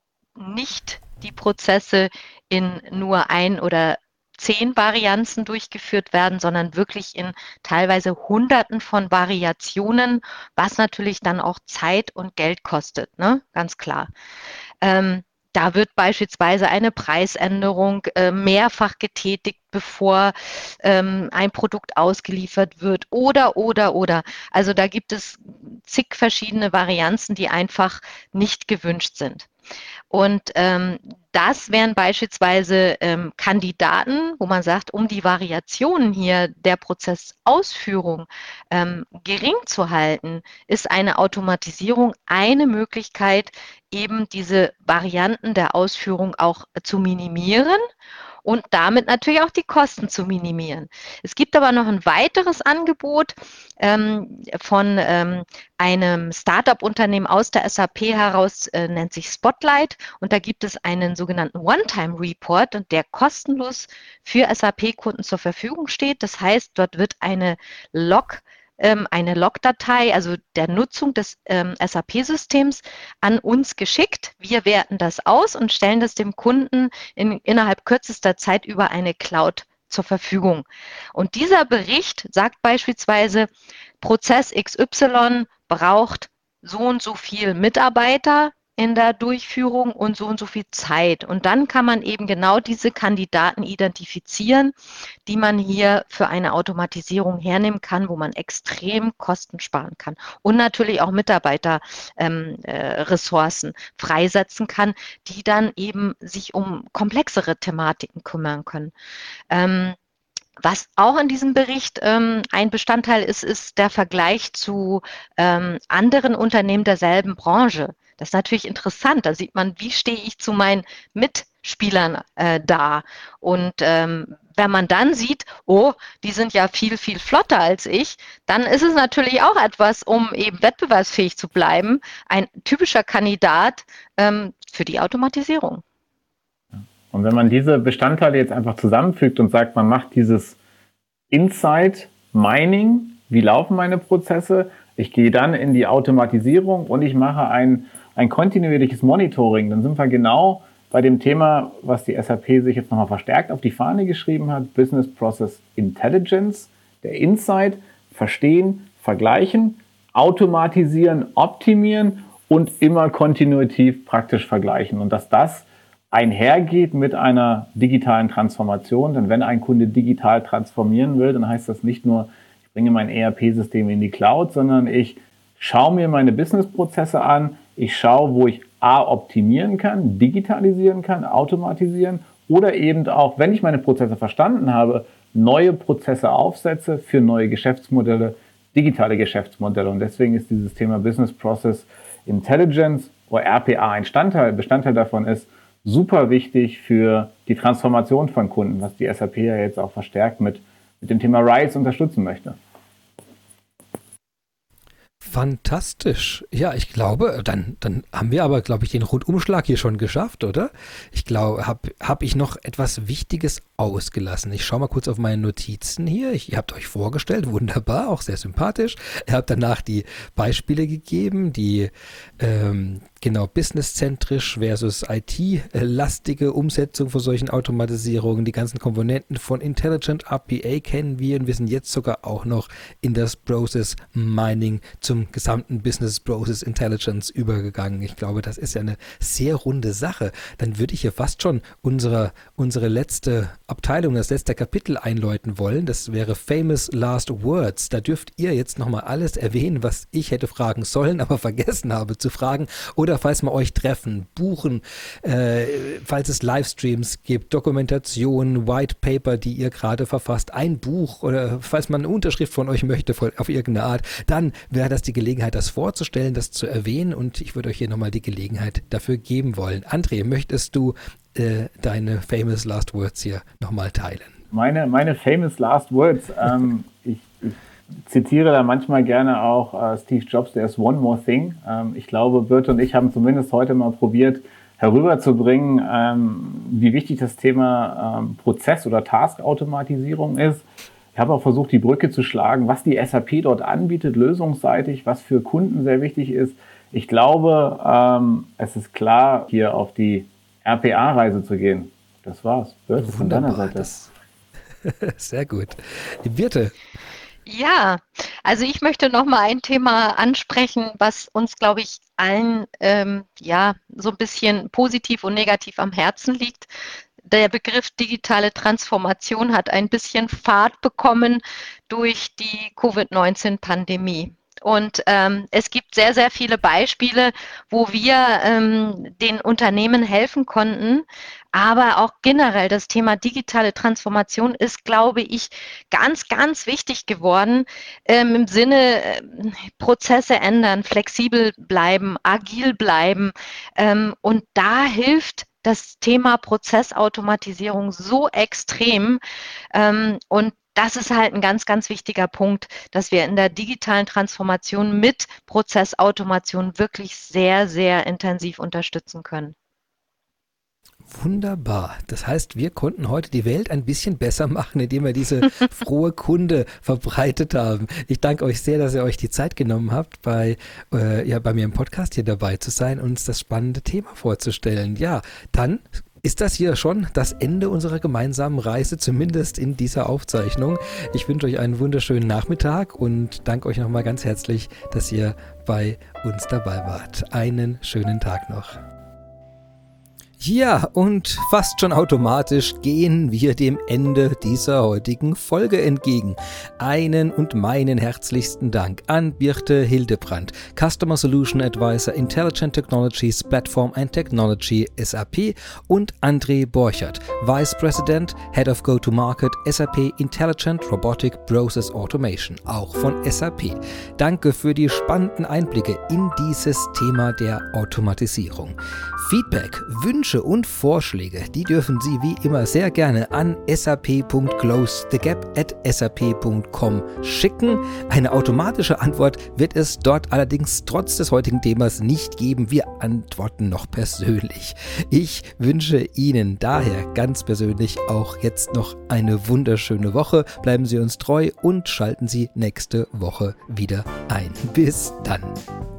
nicht die Prozesse in nur ein oder zehn Varianzen durchgeführt werden, sondern wirklich in teilweise Hunderten von Variationen, was natürlich dann auch Zeit und Geld kostet, ne? Ganz klar. Ähm, da wird beispielsweise eine Preisänderung äh, mehrfach getätigt, bevor ähm, ein Produkt ausgeliefert wird, oder, oder, oder. Also da gibt es zig verschiedene Varianzen, die einfach nicht gewünscht sind. Und ähm, das wären beispielsweise ähm, Kandidaten, wo man sagt, um die Variationen hier der Prozessausführung ähm, gering zu halten, ist eine Automatisierung eine Möglichkeit, eben diese Varianten der Ausführung auch zu minimieren und damit natürlich auch die Kosten zu minimieren. Es gibt aber noch ein weiteres Angebot ähm, von ähm, einem Startup-Unternehmen aus der S A P heraus, äh, nennt sich Spotlight, und da gibt es einen sogenannten One-Time-Report, und der kostenlos für S A P-Kunden zur Verfügung steht. Das heißt, dort wird eine Log eine Logdatei, also der Nutzung des ähm, S A P-Systems, an uns geschickt. Wir werten das aus und stellen das dem Kunden in, innerhalb kürzester Zeit über eine Cloud zur Verfügung. Und dieser Bericht sagt beispielsweise, Prozess X Y braucht so und so viel Mitarbeiter in der Durchführung und so und so viel Zeit. Und dann kann man eben genau diese Kandidaten identifizieren, die man hier für eine Automatisierung hernehmen kann, wo man extrem Kosten sparen kann und natürlich auch Mitarbeiterressourcen ähm, äh, freisetzen kann, die dann eben sich um komplexere Thematiken kümmern können. Ähm, Was auch in diesem Bericht ähm, ein Bestandteil ist, ist der Vergleich zu ähm, anderen Unternehmen derselben Branche. Das ist natürlich interessant. Da sieht man, wie stehe ich zu meinen Mitspielern äh, da. Und ähm, wenn man dann sieht, oh, die sind ja viel, viel flotter als ich, dann ist es natürlich auch etwas, um eben wettbewerbsfähig zu bleiben, ein typischer Kandidat ähm, für die Automatisierung. Und wenn man diese Bestandteile jetzt einfach zusammenfügt und sagt, man macht dieses Insight Mining, wie laufen meine Prozesse, ich gehe dann in die Automatisierung und ich mache ein, ein kontinuierliches Monitoring, dann sind wir genau bei dem Thema, was die S A P sich jetzt nochmal verstärkt auf die Fahne geschrieben hat, Business Process Intelligence, der Insight, verstehen, vergleichen, automatisieren, optimieren und immer kontinuitiv praktisch vergleichen. Und dass das einhergeht mit einer digitalen Transformation. Denn wenn ein Kunde digital transformieren will, dann heißt das nicht nur, ich bringe mein E R P-System in die Cloud, sondern ich schaue mir meine Business-Prozesse an, ich schaue, wo ich A, optimieren kann, digitalisieren kann, automatisieren oder eben auch, wenn ich meine Prozesse verstanden habe, neue Prozesse aufsetze für neue Geschäftsmodelle, digitale Geschäftsmodelle. Und deswegen ist dieses Thema Business Process Intelligence, wo R P A ein Bestandteil, Bestandteil davon ist, super wichtig für die Transformation von Kunden, was die S A P ja jetzt auch verstärkt mit, mit dem Thema RISE unterstützen möchte. Fantastisch. Ja, ich glaube, dann, dann haben wir aber, glaube ich, den Rundumschlag hier schon geschafft, oder? Ich glaube, habe hab ich noch etwas Wichtiges ausgelassen. Ich schaue mal kurz auf meine Notizen hier. Ich, ihr habt euch vorgestellt, wunderbar, auch sehr sympathisch. Ihr habt danach die Beispiele gegeben, die ähm, genau businesszentrisch versus I T-lastige Umsetzung von solchen Automatisierungen. Die ganzen Komponenten von Intelligent R P A kennen wir und wir sind jetzt sogar auch noch in das Process Mining zum gesamten Business Process Intelligence übergegangen. Ich glaube, das ist ja eine sehr runde Sache. Dann würde ich hier fast schon unsere, unsere letzte Abteilung, das letzte Kapitel einläuten wollen. Das wäre Famous Last Words. Da dürft ihr jetzt nochmal alles erwähnen, was ich hätte fragen sollen, aber vergessen habe zu fragen. Oder falls wir euch treffen, buchen, äh, falls es Livestreams gibt, Dokumentation, White Paper, die ihr gerade verfasst, ein Buch oder falls man eine Unterschrift von euch möchte auf irgendeine Art, dann wäre das die Gelegenheit, das vorzustellen, das zu erwähnen und ich würde euch hier nochmal die Gelegenheit dafür geben wollen. André, möchtest du äh, deine Famous Last Words hier nochmal teilen? Meine, meine Famous Last Words, ähm, ich, ich zitiere da manchmal gerne auch äh, Steve Jobs, der ist One More Thing. Ähm, ich glaube, Birte und ich haben zumindest heute mal probiert, herüberzubringen, ähm, wie wichtig das Thema ähm, Prozess- oder Task-Automatisierung ist. Ich habe auch versucht, die Brücke zu schlagen, was die S A P dort anbietet, lösungsseitig, was für Kunden sehr wichtig ist. Ich glaube, ähm, es ist klar, hier auf die R P A-Reise zu gehen. Das war's. Birte, von deiner Seite. Das, sehr gut. Birte. Ja, also ich möchte noch mal ein Thema ansprechen, was uns, glaube ich, allen ähm, ja so ein bisschen positiv und negativ am Herzen liegt. Der Begriff digitale Transformation hat ein bisschen Fahrt bekommen durch die Covid neunzehn Pandemie. Und ähm, es gibt sehr, sehr viele Beispiele, wo wir ähm, den Unternehmen helfen konnten. Aber auch generell das Thema digitale Transformation ist, glaube ich, ganz, ganz wichtig geworden ähm, im Sinne äh, Prozesse ändern, flexibel bleiben, agil bleiben. Ähm, und da hilft das Thema Prozessautomatisierung so extrem. Ähm, und das ist halt ein ganz, ganz wichtiger Punkt, dass wir in der digitalen Transformation mit Prozessautomation wirklich sehr, sehr intensiv unterstützen können. Wunderbar. Das heißt, wir konnten heute die Welt ein bisschen besser machen, indem wir diese frohe Kunde verbreitet haben. Ich danke euch sehr, dass ihr euch die Zeit genommen habt, bei, äh, ja, bei mir im Podcast hier dabei zu sein und uns das spannende Thema vorzustellen. Ja, dann ist das hier schon das Ende unserer gemeinsamen Reise, zumindest in dieser Aufzeichnung. Ich wünsche euch einen wunderschönen Nachmittag und danke euch nochmal ganz herzlich, dass ihr bei uns dabei wart. Einen schönen Tag noch. Ja, und fast schon automatisch gehen wir dem Ende dieser heutigen Folge entgegen. Einen und meinen herzlichsten Dank an Birte Hildebrandt, Customer Solution Advisor Intelligent Technologies Platform and Technology S A P und André Borchert, Vice President, Head of Go-to-Market S A P Intelligent Robotic Process Automation, auch von S A P. Danke für die spannenden Einblicke in dieses Thema der Automatisierung. Feedback, Wünsche und Vorschläge, die dürfen Sie wie immer sehr gerne an sap punkt close the gap at sap punkt com schicken. Eine automatische Antwort wird es dort allerdings trotz des heutigen Themas nicht geben. Wir antworten noch persönlich. Ich wünsche Ihnen daher ganz persönlich auch jetzt noch eine wunderschöne Woche. Bleiben Sie uns treu und schalten Sie nächste Woche wieder ein. Bis dann.